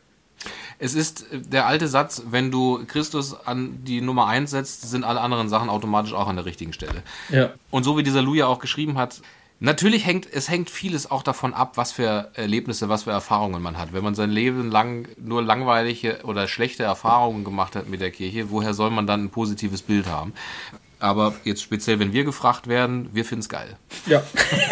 Speaker 1: Es ist der alte Satz, wenn du Christus an die Nummer 1 setzt, sind alle anderen Sachen automatisch auch an der richtigen Stelle.
Speaker 2: Ja.
Speaker 1: Und so wie dieser Luja auch geschrieben hat, natürlich hängt vieles auch davon ab, was für Erlebnisse, was für Erfahrungen man hat. Wenn man sein Leben lang nur langweilige oder schlechte Erfahrungen gemacht hat mit der Kirche, woher soll man dann ein positives Bild haben? Aber jetzt speziell, wenn wir gefragt werden, wir finden es geil.
Speaker 2: Ja.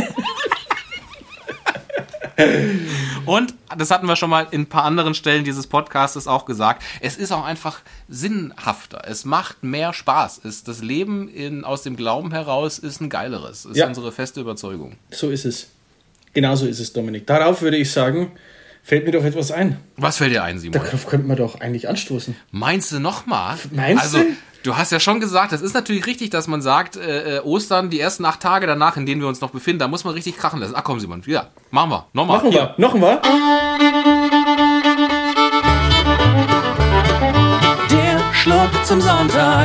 Speaker 1: Und, das hatten wir schon mal in ein paar anderen Stellen dieses Podcasts auch gesagt, es ist auch einfach sinnhafter. Es macht mehr Spaß. Das Leben aus dem Glauben heraus ist ein geileres. Ist unsere feste Überzeugung.
Speaker 2: So ist es. Genauso ist es, Dominik. Darauf würde ich sagen, fällt mir doch etwas ein.
Speaker 1: Was fällt dir ein, Simon?
Speaker 2: Darauf könnten wir doch eigentlich anstoßen.
Speaker 1: Meinst du nochmal?
Speaker 2: Meinst du?
Speaker 1: Du hast ja schon gesagt, es ist natürlich richtig, dass man sagt, Ostern, die ersten 8 Tage danach, in denen wir uns noch befinden, da muss man richtig krachen lassen. Ach komm, Simon, ja, machen wir. Nochmal.
Speaker 2: Machen wir.
Speaker 3: Der Schluck zum Sonntag.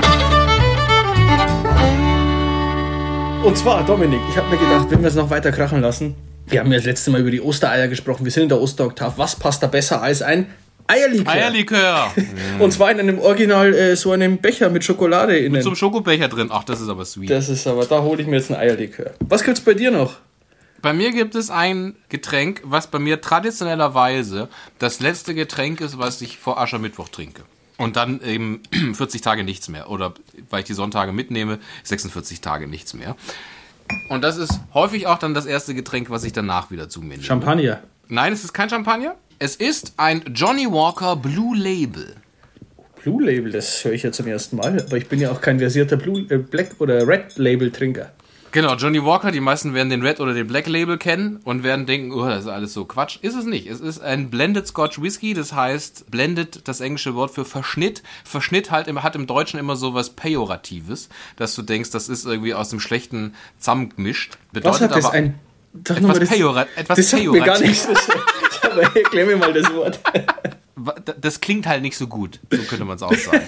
Speaker 2: Und zwar, Dominik, ich habe mir gedacht, wenn wir es noch weiter krachen lassen, wir haben ja das letzte Mal über die Ostereier gesprochen, wir sind in der Osteroktav, was passt da besser als ein Eierlikör? Und zwar in einem Original, so einem Becher mit Schokolade innen.
Speaker 1: Mit so einem Schokobecher drin. Ach, das ist aber sweet.
Speaker 2: Da hole ich mir jetzt ein Eierlikör. Was gibt's bei dir noch?
Speaker 1: Bei mir gibt es ein Getränk, was bei mir traditionellerweise das letzte Getränk ist, was ich vor Aschermittwoch trinke. Und dann eben 40 Tage nichts mehr. Oder, weil ich die Sonntage mitnehme, 46 Tage nichts mehr. Und das ist häufig auch dann das erste Getränk, was ich danach wieder zu mir nehme.
Speaker 2: Champagner?
Speaker 1: Nein, es ist kein Champagner. Es ist ein Johnny Walker Blue Label.
Speaker 2: Blue Label, das höre ich ja zum ersten Mal. Aber ich bin ja auch kein versierter Black- oder Red Label-Trinker.
Speaker 1: Genau, Johnny Walker, die meisten werden den Red oder den Black Label kennen und werden denken, oh, das ist alles so Quatsch. Ist es nicht. Es ist ein Blended Scotch Whisky, das heißt, Blended, das englische Wort für Verschnitt. Verschnitt hat im Deutschen immer so was Pejoratives, dass du denkst, das ist irgendwie aus dem Schlechten zusammengemischt.
Speaker 2: Was hat das, ein Das sagt mir gar nichts. Aber erklär mir mal das Wort.
Speaker 1: Das klingt halt nicht so gut, so könnte man es auch sagen.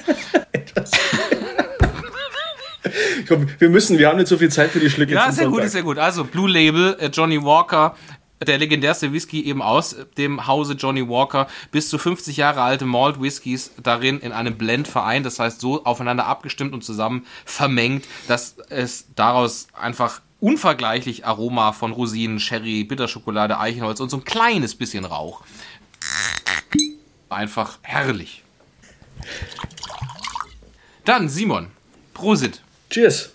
Speaker 2: Wir haben nicht so viel Zeit für die Schlücke.
Speaker 1: Ja, sehr gut, sehr gut. Also Blue Label, Johnny Walker, der legendärste Whisky eben aus dem Hause Johnny Walker, bis zu 50 Jahre alte Malt Whiskys darin in einem Blend vereint, das heißt so aufeinander abgestimmt und zusammen vermengt, dass es daraus einfach unvergleichlich Aroma von Rosinen, Sherry, Bitterschokolade, Eichenholz und so ein kleines bisschen Rauch. Einfach herrlich. Dann Simon, Prosit.
Speaker 2: Cheers.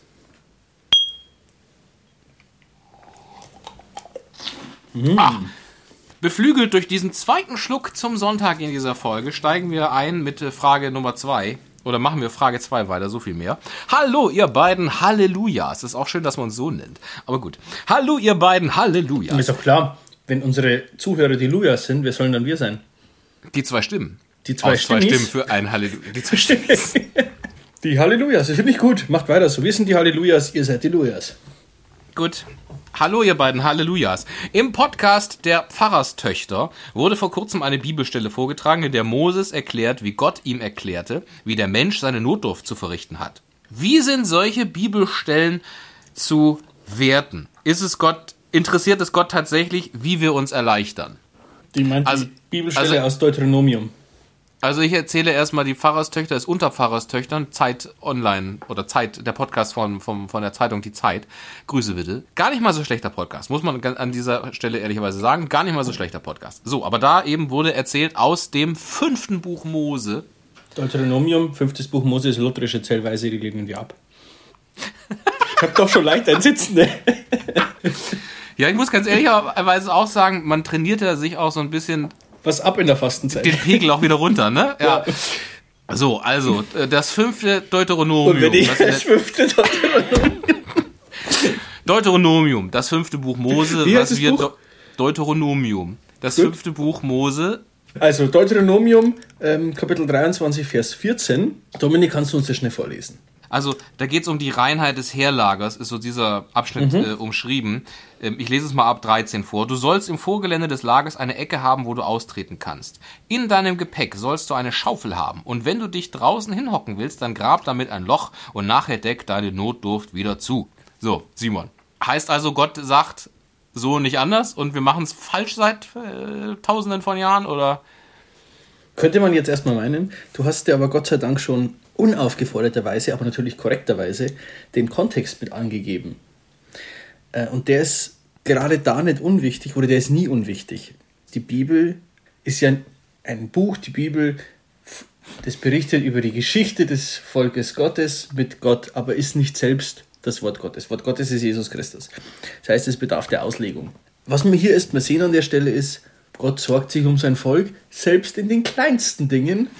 Speaker 1: Beflügelt durch diesen zweiten Schluck zum Sonntag in dieser Folge steigen wir ein mit Frage Nummer 2. Oder machen wir Frage 2 weiter, so viel mehr. Hallo, ihr beiden Hallelujahs. Es ist auch schön, dass man uns so nennt. Aber gut. Hallo, ihr beiden Hallelujahs.
Speaker 2: Ist doch klar, wenn unsere Zuhörer die Lujahs sind, wer sollen dann wir sein?
Speaker 1: Die zwei Stimmen.
Speaker 2: Die zwei Stimmen.
Speaker 1: Zwei Stimmen für ein Halleluja. Die zwei Stimmen.
Speaker 2: Die Hallelujahs, das finde ich gut. Macht weiter so. Wir sind die Hallelujahs, ihr seid die Lujahs.
Speaker 1: Gut. Hallo ihr beiden Hallelujahs. Im Podcast der Pfarrerstöchter wurde vor kurzem eine Bibelstelle vorgetragen, in der Moses erklärt, wie Gott ihm erklärte, wie der Mensch seine Notdurft zu verrichten hat. Wie sind solche Bibelstellen zu werten? Interessiert es Gott tatsächlich, wie wir uns erleichtern?
Speaker 2: Die meint die Bibelstelle aus Deuteronomium.
Speaker 1: Also ich erzähle erstmal, die Pfarrerstöchter ist unter Pfarrerstöchtern, Zeit Online oder Zeit, der Podcast von der Zeitung Die Zeit. Grüße bitte. Gar nicht mal so schlechter Podcast, muss man an dieser Stelle ehrlicherweise sagen. Gar nicht mal so schlechter Podcast. So, aber da eben wurde erzählt aus dem 5. Buch Mose.
Speaker 2: Deuteronomium, 5. Buch Mose ist lutherische Zählweise, die lehnen wir ab. Ich hab doch schon leicht ein Sitzen, ne?
Speaker 1: Ja, ich muss ganz ehrlicherweise auch sagen, man trainiert ja sich auch so ein bisschen
Speaker 2: was ab in der Fastenzeit.
Speaker 1: Den Pegel auch wieder runter, ne? Ja. So, also, das 5. Deuteronomium.
Speaker 2: Und wenn ich das 5.
Speaker 1: Deuteronomium, das 5. Buch Mose.
Speaker 2: Wie heißt das Buch?
Speaker 1: Deuteronomium, das 5. Buch Mose.
Speaker 2: Also, Deuteronomium, Kapitel 23, Vers 14. Dominik, kannst du uns das schnell vorlesen?
Speaker 1: Also, da geht es um die Reinheit des Heerlagers, ist so dieser Abschnitt umschrieben. Ich lese es mal ab 13 vor. Du sollst im Vorgelände des Lagers eine Ecke haben, wo du austreten kannst. In deinem Gepäck sollst du eine Schaufel haben. Und wenn du dich draußen hinhocken willst, dann grab damit ein Loch und nachher deck deine Notdurft wieder zu. So, Simon. Heißt also, Gott sagt so nicht anders und wir machen es falsch seit Tausenden von Jahren, oder?
Speaker 2: Könnte man jetzt erstmal meinen. Du hast dir aber Gott sei Dank schon unaufgeforderterweise, aber natürlich korrekterweise, den Kontext mit angegeben. Und der ist gerade da nicht unwichtig, oder der ist nie unwichtig. Die Bibel ist ja ein Buch, die Bibel, das berichtet über die Geschichte des Volkes Gottes mit Gott, aber ist nicht selbst das Wort Gottes. Wort Gottes ist Jesus Christus. Das heißt, es bedarf der Auslegung. Was wir hier erstmal sehen an der Stelle ist, Gott sorgt sich um sein Volk, selbst in den kleinsten Dingen,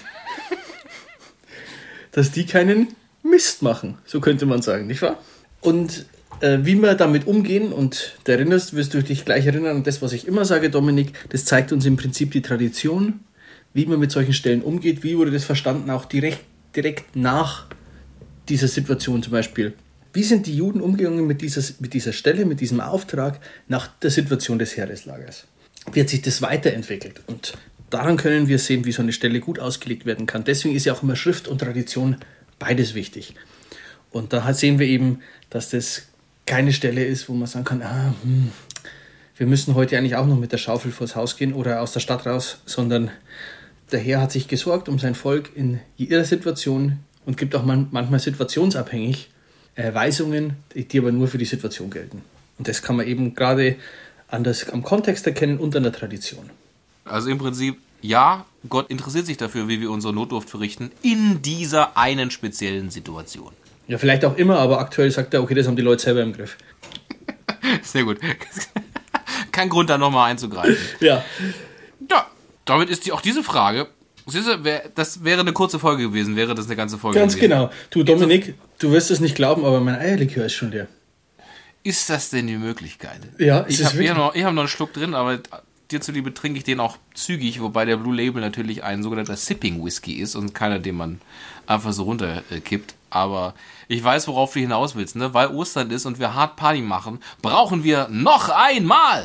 Speaker 2: dass die keinen Mist machen, so könnte man sagen, nicht wahr? Und wie wir damit umgehen, und du wirst du dich gleich erinnern an das, was ich immer sage, Dominik, das zeigt uns im Prinzip die Tradition, wie man mit solchen Stellen umgeht, wie wurde das verstanden, auch direkt nach dieser Situation zum Beispiel. Wie sind die Juden umgegangen mit dieser Stelle, mit diesem Auftrag nach der Situation des Heereslagers? Wie hat sich das weiterentwickelt? Und daran können wir sehen, wie so eine Stelle gut ausgelegt werden kann. Deswegen ist ja auch immer Schrift und Tradition beides wichtig. Und da sehen wir eben, dass das keine Stelle ist, wo man sagen kann, wir müssen heute eigentlich auch noch mit der Schaufel vors Haus gehen oder aus der Stadt raus, sondern der Herr hat sich gesorgt um sein Volk in jeder Situation und gibt auch manchmal situationsabhängig Weisungen, die aber nur für die Situation gelten. Und das kann man eben gerade am Kontext erkennen und an der Tradition.
Speaker 1: Also im Prinzip, ja, Gott interessiert sich dafür, wie wir unsere Notdurft verrichten, in dieser einen speziellen Situation.
Speaker 2: Ja, vielleicht auch immer, aber aktuell sagt er, okay, das haben die Leute selber im Griff.
Speaker 1: Sehr gut. Kein Grund, da nochmal einzugreifen.
Speaker 2: Ja.
Speaker 1: Ja, damit ist auch diese Frage, das wäre eine kurze Folge gewesen, wäre das eine ganze Folge
Speaker 2: Ganz
Speaker 1: gewesen.
Speaker 2: Genau. Du, Dominik, du wirst es nicht glauben, aber mein Eierlikör ist schon leer.
Speaker 1: Ist das denn die Möglichkeit?
Speaker 2: Ja,
Speaker 1: ich habe noch einen Schluck drin, aber dir zuliebe trinke ich den auch zügig, wobei der Blue Label natürlich ein sogenannter Sipping Whisky ist und keiner, den man einfach so runterkippt. Aber ich weiß, worauf du hinaus willst, ne? Weil Ostern ist und wir hart Party machen, brauchen wir noch einmal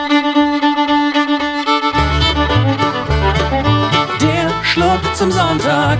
Speaker 3: Der Schluck zum Sonntag.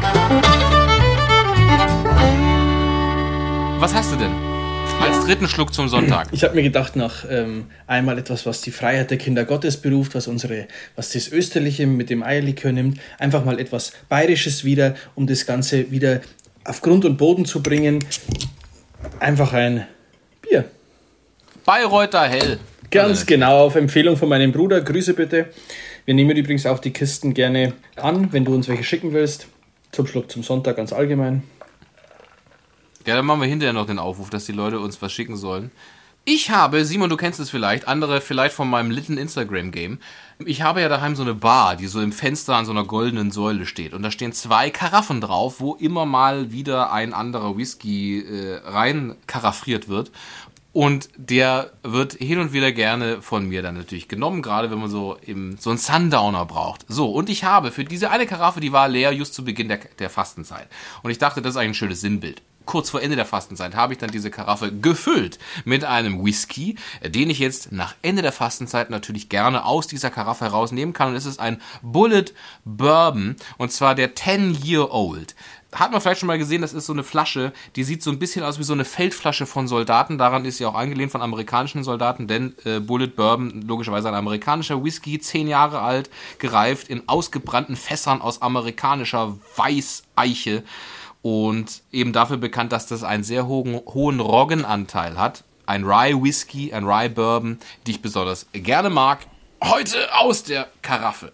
Speaker 1: Was hast du denn als dritten Schluck zum Sonntag?
Speaker 2: Ich habe mir gedacht, nach einmal etwas, was die Freiheit der Kinder Gottes beruft, was das Österliche mit dem Eierlikör nimmt, einfach mal etwas Bayerisches wieder, um das Ganze wieder auf Grund und Boden zu bringen. Einfach ein Bier.
Speaker 1: Bayreuther Hell.
Speaker 2: Ganz genau, auf Empfehlung von meinem Bruder. Grüße bitte. Wir nehmen übrigens auch die Kisten gerne an, wenn du uns welche schicken willst. Zum Schluck zum Sonntag ganz allgemein.
Speaker 1: Ja, dann machen wir hinterher noch den Aufruf, dass die Leute uns was schicken sollen. Ich habe, Simon, du kennst es vielleicht, andere vielleicht von meinem Litten Instagram-Game. Ich habe ja daheim so eine Bar, die so im Fenster an so einer goldenen Säule steht. Und da stehen 2 Karaffen drauf, wo immer mal wieder ein anderer Whisky rein karaffriert wird. Und der wird hin und wieder gerne von mir dann natürlich genommen, gerade wenn man so einen Sundowner braucht. So, und ich habe für diese eine Karaffe, die war leer just zu Beginn der Fastenzeit. Und ich dachte, das ist eigentlich ein schönes Sinnbild. Kurz vor Ende der Fastenzeit habe ich dann diese Karaffe gefüllt mit einem Whisky, den ich jetzt nach Ende der Fastenzeit natürlich gerne aus dieser Karaffe herausnehmen kann. Und es ist ein Bullet Bourbon, und zwar der 10-Year-Old. Hat man vielleicht schon mal gesehen, das ist so eine Flasche, die sieht so ein bisschen aus wie so eine Feldflasche von Soldaten. Daran ist sie auch angelehnt von amerikanischen Soldaten, denn Bullet Bourbon, logischerweise ein amerikanischer Whisky, 10 Jahre alt, gereift in ausgebrannten Fässern aus amerikanischer Weißeiche. Und eben dafür bekannt, dass das einen sehr hohen Roggenanteil hat. Ein Rye Whisky, ein Rye Bourbon, die ich besonders gerne mag. Heute aus der Karaffe.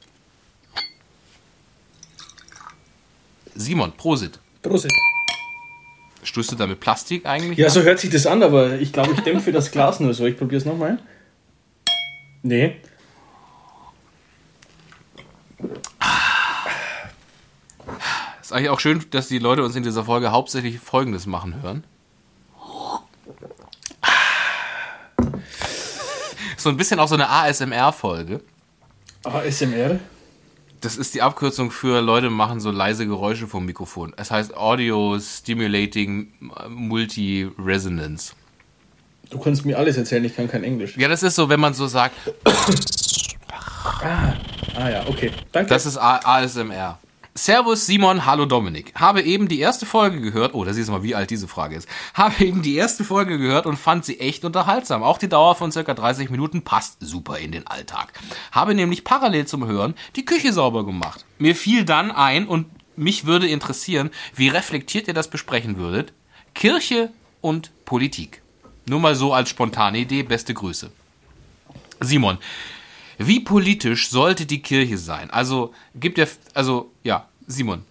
Speaker 1: Simon, Prosit.
Speaker 2: Prosit.
Speaker 1: Stößt du da mit Plastik eigentlich?
Speaker 2: Ja, so hört sich das an, aber ich glaube, ich dämpfe das Glas nur so. Ich probiere es nochmal. Nee.
Speaker 1: Ist eigentlich auch schön, dass die Leute uns in dieser Folge hauptsächlich Folgendes machen hören. So ein bisschen auch so eine ASMR-Folge.
Speaker 2: ASMR?
Speaker 1: Das ist die Abkürzung für Leute machen so leise Geräusche vom Mikrofon. Es heißt Audio Stimulating Multi-Resonance.
Speaker 2: Du kannst mir alles erzählen, ich kann kein Englisch.
Speaker 1: Ja, das ist so, wenn man so sagt.
Speaker 2: Ja, okay. Danke.
Speaker 1: Das ist ASMR. Servus Simon, hallo Dominik. Habe eben die erste Folge gehört, da siehst du mal, wie alt diese Frage ist. Habe eben die erste Folge gehört und fand sie echt unterhaltsam. Auch die Dauer von ca. 30 Minuten passt super in den Alltag. Habe nämlich parallel zum Hören die Küche sauber gemacht. Mir fiel dann ein und mich würde interessieren, wie reflektiert ihr das besprechen würdet. Kirche und Politik. Nur mal so als spontane Idee, beste Grüße. Simon, wie politisch sollte die Kirche sein? Simon.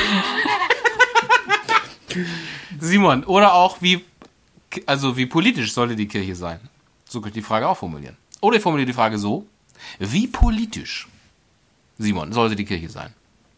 Speaker 1: Simon, oder auch wie politisch sollte die Kirche sein? So könnte ich die Frage auch formulieren. Oder ich formuliere die Frage so: Wie politisch, Simon, sollte die Kirche sein?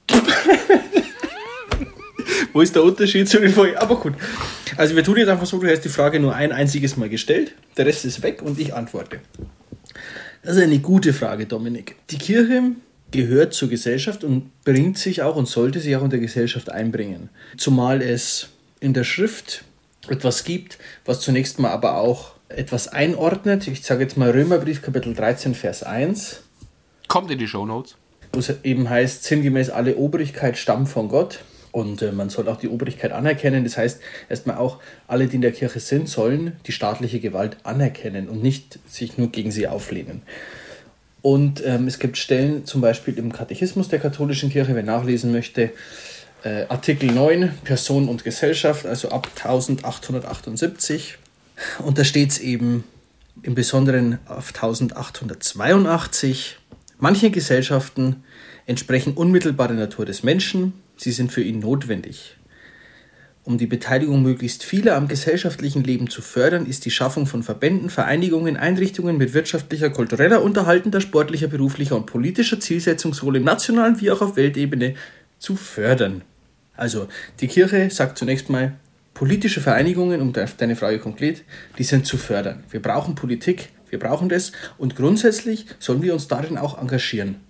Speaker 2: Wo ist der Unterschied zu den Folgen? Aber gut. Also wir tun jetzt einfach so, du hast die Frage nur ein einziges Mal gestellt, der Rest ist weg und ich antworte. Das ist eine gute Frage, Dominik. Die Kirche gehört zur Gesellschaft und bringt sich auch und sollte sich auch in der Gesellschaft einbringen. Zumal es in der Schrift etwas gibt, was zunächst mal aber auch etwas einordnet. Ich sage jetzt mal Römerbrief, Kapitel 13, Vers 1.
Speaker 1: Kommt in die Shownotes.
Speaker 2: Wo es eben heißt, sinngemäß alle Obrigkeit stammt von Gott. Und man soll auch die Obrigkeit anerkennen. Das heißt, erstmal auch alle, die in der Kirche sind, sollen die staatliche Gewalt anerkennen und nicht sich nur gegen sie auflehnen. Und es gibt Stellen, zum Beispiel im Katechismus der katholischen Kirche, wer nachlesen möchte, Artikel 9, Person und Gesellschaft, also ab 1878. Und da steht es eben im Besonderen auf 1882, manche Gesellschaften entsprechen unmittelbar der Natur des Menschen, sie sind für ihn notwendig. Um die Beteiligung möglichst vieler am gesellschaftlichen Leben zu fördern, ist die Schaffung von Verbänden, Vereinigungen, Einrichtungen mit wirtschaftlicher, kultureller, unterhaltender, sportlicher, beruflicher und politischer Zielsetzung sowohl im nationalen wie auch auf Weltebene zu fördern. Also die Kirche sagt zunächst mal, politische Vereinigungen, um deine Frage konkret, die sind zu fördern. Wir brauchen Politik, wir brauchen das und grundsätzlich sollen wir uns darin auch engagieren.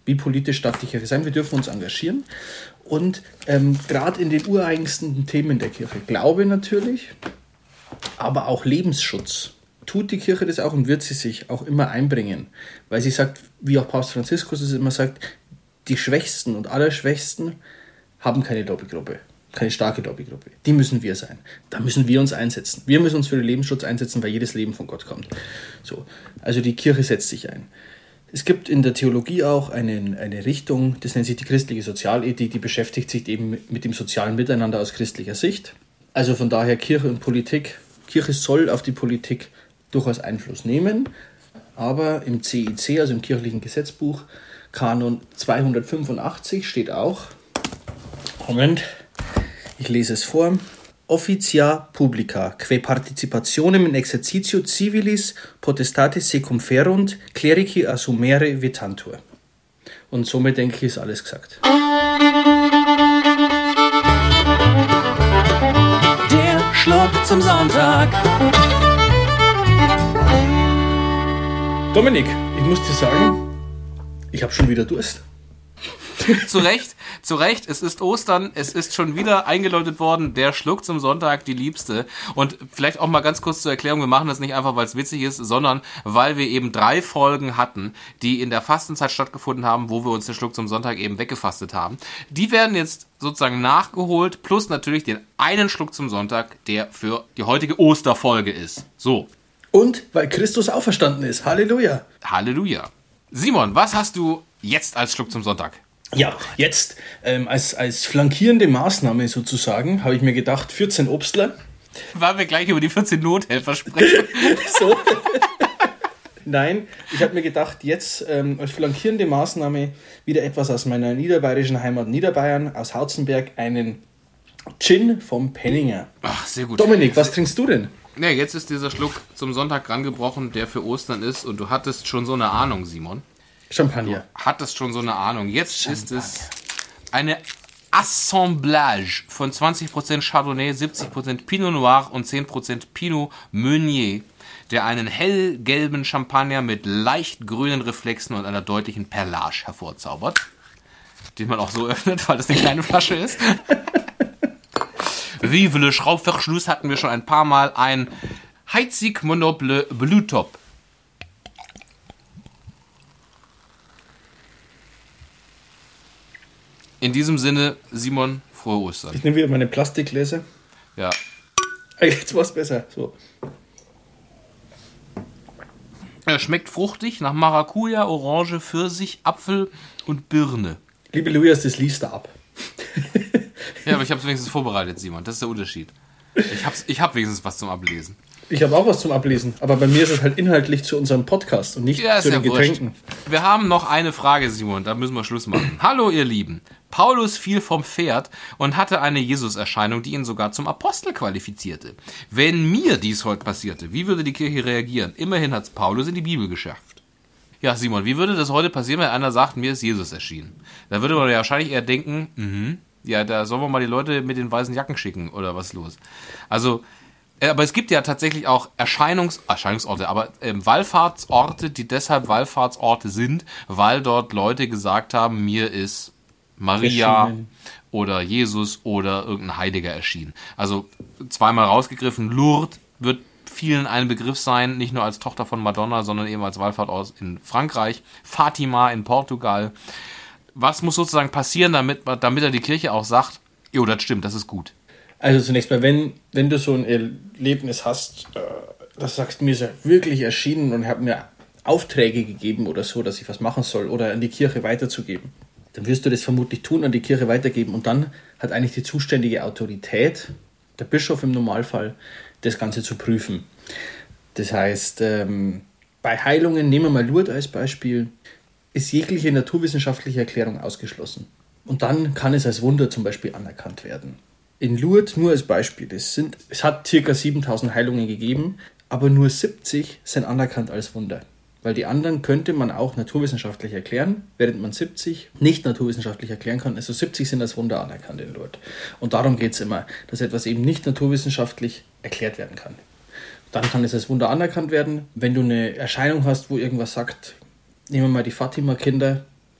Speaker 2: Wie politisch darf die Kirche sein? Wir dürfen uns engagieren. Und gerade in den ureigensten Themen der Kirche, Glaube natürlich, aber auch Lebensschutz, tut die Kirche das auch und wird sie sich auch immer einbringen. Weil sie sagt, wie auch Papst Franziskus es immer sagt, die Schwächsten und Allerschwächsten haben keine Lobbygruppe, keine starke Lobbygruppe. Die müssen wir sein. Da müssen wir uns einsetzen. Wir müssen uns für den Lebensschutz einsetzen, weil jedes Leben von Gott kommt. So, also die Kirche setzt sich ein. Es gibt in der Theologie auch eine Richtung, das nennt sich die christliche Sozialethik, die beschäftigt sich eben mit dem sozialen Miteinander aus christlicher Sicht. Also von daher Kirche und Politik. Kirche soll auf die Politik durchaus Einfluss nehmen, aber im CIC, also im kirchlichen Gesetzbuch, Kanon 285 steht auch, Moment, ich lese es vor, Officia publica, quae participationem in exercitio civilis potestatis se conferunt, clerici assumere vitantur. Und somit denke ich, ist alles gesagt.
Speaker 3: Der Schluck zum Sonntag.
Speaker 2: Dominik, ich muss dir sagen, ich habe schon wieder Durst.
Speaker 1: Zu Recht, es ist Ostern, es ist schon wieder eingeläutet worden, der Schluck zum Sonntag, die Liebste. Und vielleicht auch mal ganz kurz zur Erklärung, wir machen das nicht einfach, weil es witzig ist, sondern weil wir eben 3 Folgen hatten, die in der Fastenzeit stattgefunden haben, wo wir uns den Schluck zum Sonntag eben weggefastet haben. Die werden jetzt sozusagen nachgeholt, plus natürlich den einen Schluck zum Sonntag, der für die heutige Osterfolge ist. So.
Speaker 2: Und weil Christus auferstanden ist. Halleluja.
Speaker 1: Halleluja. Simon, was hast du jetzt als Schluck zum Sonntag?
Speaker 2: Ja, jetzt als flankierende Maßnahme sozusagen habe ich mir gedacht, 14 Obstler.
Speaker 1: Weil wir gleich über die 14 Nothelfer sprechen.
Speaker 2: So. Nein, ich habe mir gedacht, jetzt als flankierende Maßnahme wieder etwas aus meiner niederbayerischen Heimat Niederbayern, aus Hautzenberg, einen Gin vom Penninger.
Speaker 1: Ach, sehr gut.
Speaker 2: Dominik, was trinkst du denn?
Speaker 1: Ja, jetzt ist dieser Schluck zum Sonntag rangebrochen, der für Ostern ist. Und du hattest schon so eine Ahnung, Simon.
Speaker 2: Champagner.
Speaker 1: Hattest schon so eine Ahnung. Jetzt ist es eine Assemblage von 20% Chardonnay, 70% Pinot Noir und 10% Pinot Meunier, der einen hellgelben Champagner mit leicht grünen Reflexen und einer deutlichen Perlage hervorzaubert. Den man auch so öffnet, weil das eine kleine Flasche ist. Vive le Schraubverschluss hatten wir schon ein paar Mal. Ein Heizig Monoble Blue Top. In diesem Sinne, Simon, frohe Ostern.
Speaker 2: Ich nehme wieder meine Plastikgläser.
Speaker 1: Ja.
Speaker 2: Jetzt war es besser. So.
Speaker 1: Er schmeckt fruchtig nach Maracuja, Orange, Pfirsich, Apfel und Birne.
Speaker 2: Liebe Luias, das liest er ab.
Speaker 1: Ja, aber ich habe es wenigstens vorbereitet, Simon. Das ist der Unterschied. Ich hab wenigstens was zum Ablesen.
Speaker 2: Ich habe auch was zum Ablesen, aber bei mir ist es halt inhaltlich zu unserem Podcast und nicht zu den Getränken.
Speaker 1: Wurscht. Wir haben noch eine Frage, Simon, da müssen wir Schluss machen. Hallo, ihr Lieben. Paulus fiel vom Pferd und hatte eine Jesus-Erscheinung, die ihn sogar zum Apostel qualifizierte. Wenn mir dies heute passierte, wie würde die Kirche reagieren? Immerhin hat es Paulus in die Bibel geschafft. Ja, Simon, wie würde das heute passieren, wenn einer sagt, mir ist Jesus erschienen? Da würde man ja wahrscheinlich eher denken, ja, da sollen wir mal die Leute mit den weißen Jacken schicken oder was ist los? Also, aber es gibt ja tatsächlich auch Erscheinungsorte, aber Wallfahrtsorte, die deshalb Wallfahrtsorte sind, weil dort Leute gesagt haben, mir ist Maria oder Jesus oder irgendein Heiliger erschienen. Also zweimal rausgegriffen, Lourdes wird vielen ein Begriff sein, nicht nur als Tochter von Madonna, sondern eben als Wallfahrtort in Frankreich, Fatima in Portugal. Was muss sozusagen passieren, damit er die Kirche auch sagt, jo, das stimmt, das ist gut?
Speaker 2: Also zunächst mal, wenn du so ein Erlebnis hast, das sagst, mir ist er wirklich erschienen und hat mir Aufträge gegeben oder so, dass ich was machen soll oder an die Kirche weiterzugeben, dann wirst du das vermutlich tun, an die Kirche weitergeben und dann hat eigentlich die zuständige Autorität, der Bischof im Normalfall, das Ganze zu prüfen. Das heißt, bei Heilungen, nehmen wir mal Lourdes als Beispiel, ist jegliche naturwissenschaftliche Erklärung ausgeschlossen. Und dann kann es als Wunder zum Beispiel anerkannt werden. In Lourdes, nur als Beispiel, es hat ca. 7000 Heilungen gegeben, aber nur 70 sind anerkannt als Wunder. Weil die anderen könnte man auch naturwissenschaftlich erklären, während man 70 nicht naturwissenschaftlich erklären kann. Also 70 sind als Wunder anerkannt in Lourdes. Und darum geht es immer, dass etwas eben nicht naturwissenschaftlich erklärt werden kann. Dann kann es als Wunder anerkannt werden. Wenn du eine Erscheinung hast, wo irgendwas sagt, nehmen wir mal die Fatima-Kinder,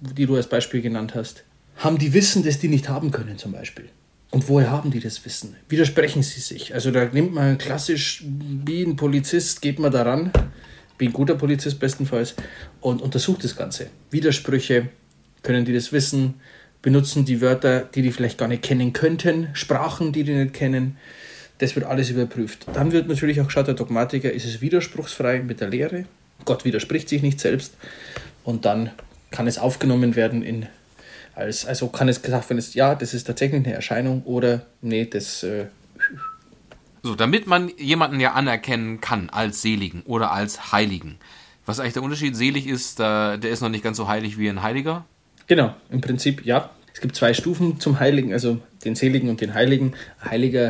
Speaker 2: die du als Beispiel genannt hast, haben die Wissen, das die nicht haben können zum Beispiel. Und woher haben die das Wissen? Widersprechen sie sich? Also da nimmt man klassisch, wie ein Polizist, geht man daran, wie ein guter Polizist bestenfalls, und untersucht das Ganze. Widersprüche, können die das wissen, benutzen die Wörter, die vielleicht gar nicht kennen könnten, Sprachen, die nicht kennen. Das wird alles überprüft. Dann wird natürlich auch geschaut, der Dogmatiker, ist es widerspruchsfrei mit der Lehre? Gott widerspricht sich nicht selbst. Und dann kann es aufgenommen werden also kann es gesagt werden, ja, das ist tatsächlich eine Erscheinung oder nee, das...
Speaker 1: So, damit man jemanden ja anerkennen kann als Seligen oder als Heiligen. Was ist eigentlich der Unterschied? Selig ist, der ist noch nicht ganz so heilig wie ein Heiliger?
Speaker 2: Genau, im Prinzip ja. Es gibt 2 Stufen zum Heiligen, also den Seligen und den Heiligen. Ein Heiliger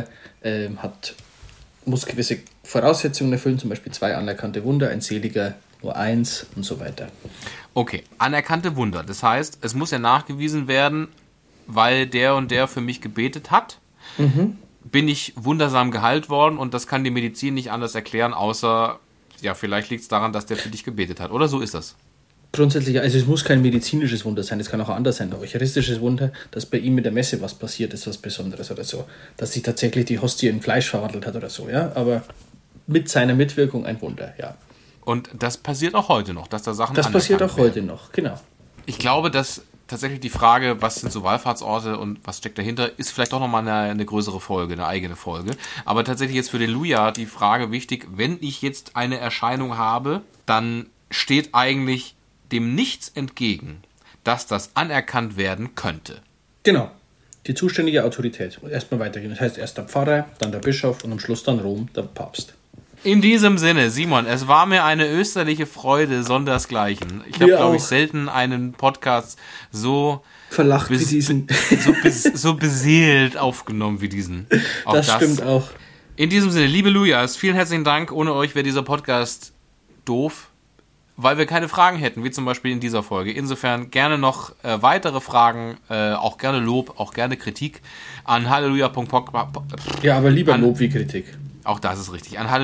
Speaker 2: muss gewisse Voraussetzungen erfüllen, zum Beispiel 2 anerkannte Wunder, ein Seliger nur 1 und so weiter.
Speaker 1: Okay, anerkannte Wunder. Das heißt, es muss ja nachgewiesen werden, weil der und der für mich gebetet hat, bin ich wundersam geheilt worden und das kann die Medizin nicht anders erklären, außer, ja, vielleicht liegt es daran, dass der für dich gebetet hat. Oder so ist das?
Speaker 2: Grundsätzlich, also es muss kein medizinisches Wunder sein, es kann auch anders sein. Ein eucharistisches Wunder, dass bei ihm mit der Messe was passiert ist, was Besonderes oder so. Dass sich tatsächlich die Hostie in Fleisch verwandelt hat oder so, ja. Aber mit seiner Mitwirkung ein Wunder, ja.
Speaker 1: Und das passiert auch heute noch, dass da Sachen
Speaker 2: das passiert auch heute noch, genau.
Speaker 1: Ich glaube, dass tatsächlich die Frage, was sind so Wallfahrtsorte und was steckt dahinter, ist vielleicht auch nochmal eine größere Folge, eine eigene Folge. Aber tatsächlich jetzt für den Luja die Frage wichtig, wenn ich jetzt eine Erscheinung habe, dann steht eigentlich dem nichts entgegen, dass das anerkannt werden könnte.
Speaker 2: Genau. Die zuständige Autorität. Erstmal weitergehen. Das heißt erst der Pfarrer, dann der Bischof und am Schluss dann Rom, der Papst.
Speaker 1: In diesem Sinne, Simon, es war mir eine österliche Freude, sondersgleichen. Ich habe, glaube ich, selten einen Podcast so
Speaker 2: verlacht wie diesen.
Speaker 1: so beseelt aufgenommen wie diesen.
Speaker 2: Auch das stimmt auch.
Speaker 1: In diesem Sinne, liebe Lujas, vielen herzlichen Dank. Ohne euch wäre dieser Podcast doof, weil wir keine Fragen hätten, wie zum Beispiel in dieser Folge. Insofern gerne noch weitere Fragen, auch gerne Lob, auch gerne Kritik an halleluja.podcast.
Speaker 2: Ja, aber lieber Lob wie Kritik.
Speaker 1: Auch das ist richtig. An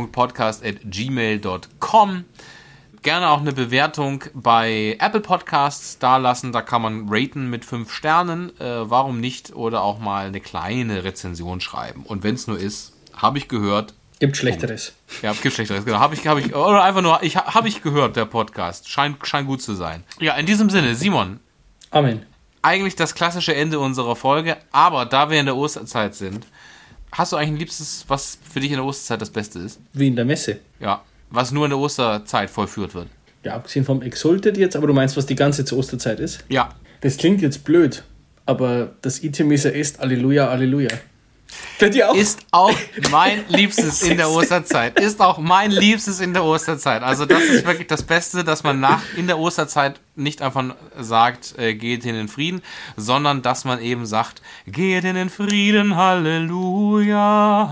Speaker 1: halleluja.podcast@gmail.com. Gerne auch eine Bewertung bei Apple Podcasts da lassen. Da kann man raten mit 5 Sternen. Warum nicht? Oder auch mal eine kleine Rezension schreiben. Und wenn es nur ist, habe ich gehört.
Speaker 2: Gibt Schlechteres.
Speaker 1: Ja, gibt Schlechteres, genau. Oder einfach nur, habe ich gehört, der Podcast. Scheint gut zu sein. Ja, in diesem Sinne, Simon.
Speaker 2: Amen.
Speaker 1: Eigentlich das klassische Ende unserer Folge. Aber da wir in der Osterzeit sind, hast du eigentlich ein Liebstes, was für dich in der Osterzeit das Beste ist?
Speaker 2: Wie in der Messe.
Speaker 1: Ja, was nur in der Osterzeit vollführt wird.
Speaker 2: Ja, abgesehen vom Exultet jetzt, aber du meinst, was die ganze Osterzeit ist?
Speaker 1: Ja.
Speaker 2: Das klingt jetzt blöd, aber das Itemischer ist Alleluja, Alleluja.
Speaker 1: Ist auch mein Liebstes in der Osterzeit. Ist auch mein Liebstes in der Osterzeit. Also das ist wirklich das Beste, dass man in der Osterzeit nicht einfach sagt, geht in den Frieden, sondern dass man eben sagt, geht in den Frieden, Halleluja,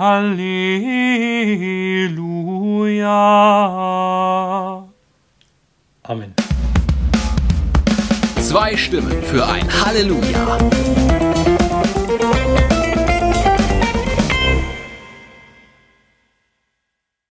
Speaker 1: Halleluja.
Speaker 2: Amen.
Speaker 3: 2 Stimmen für ein Halleluja.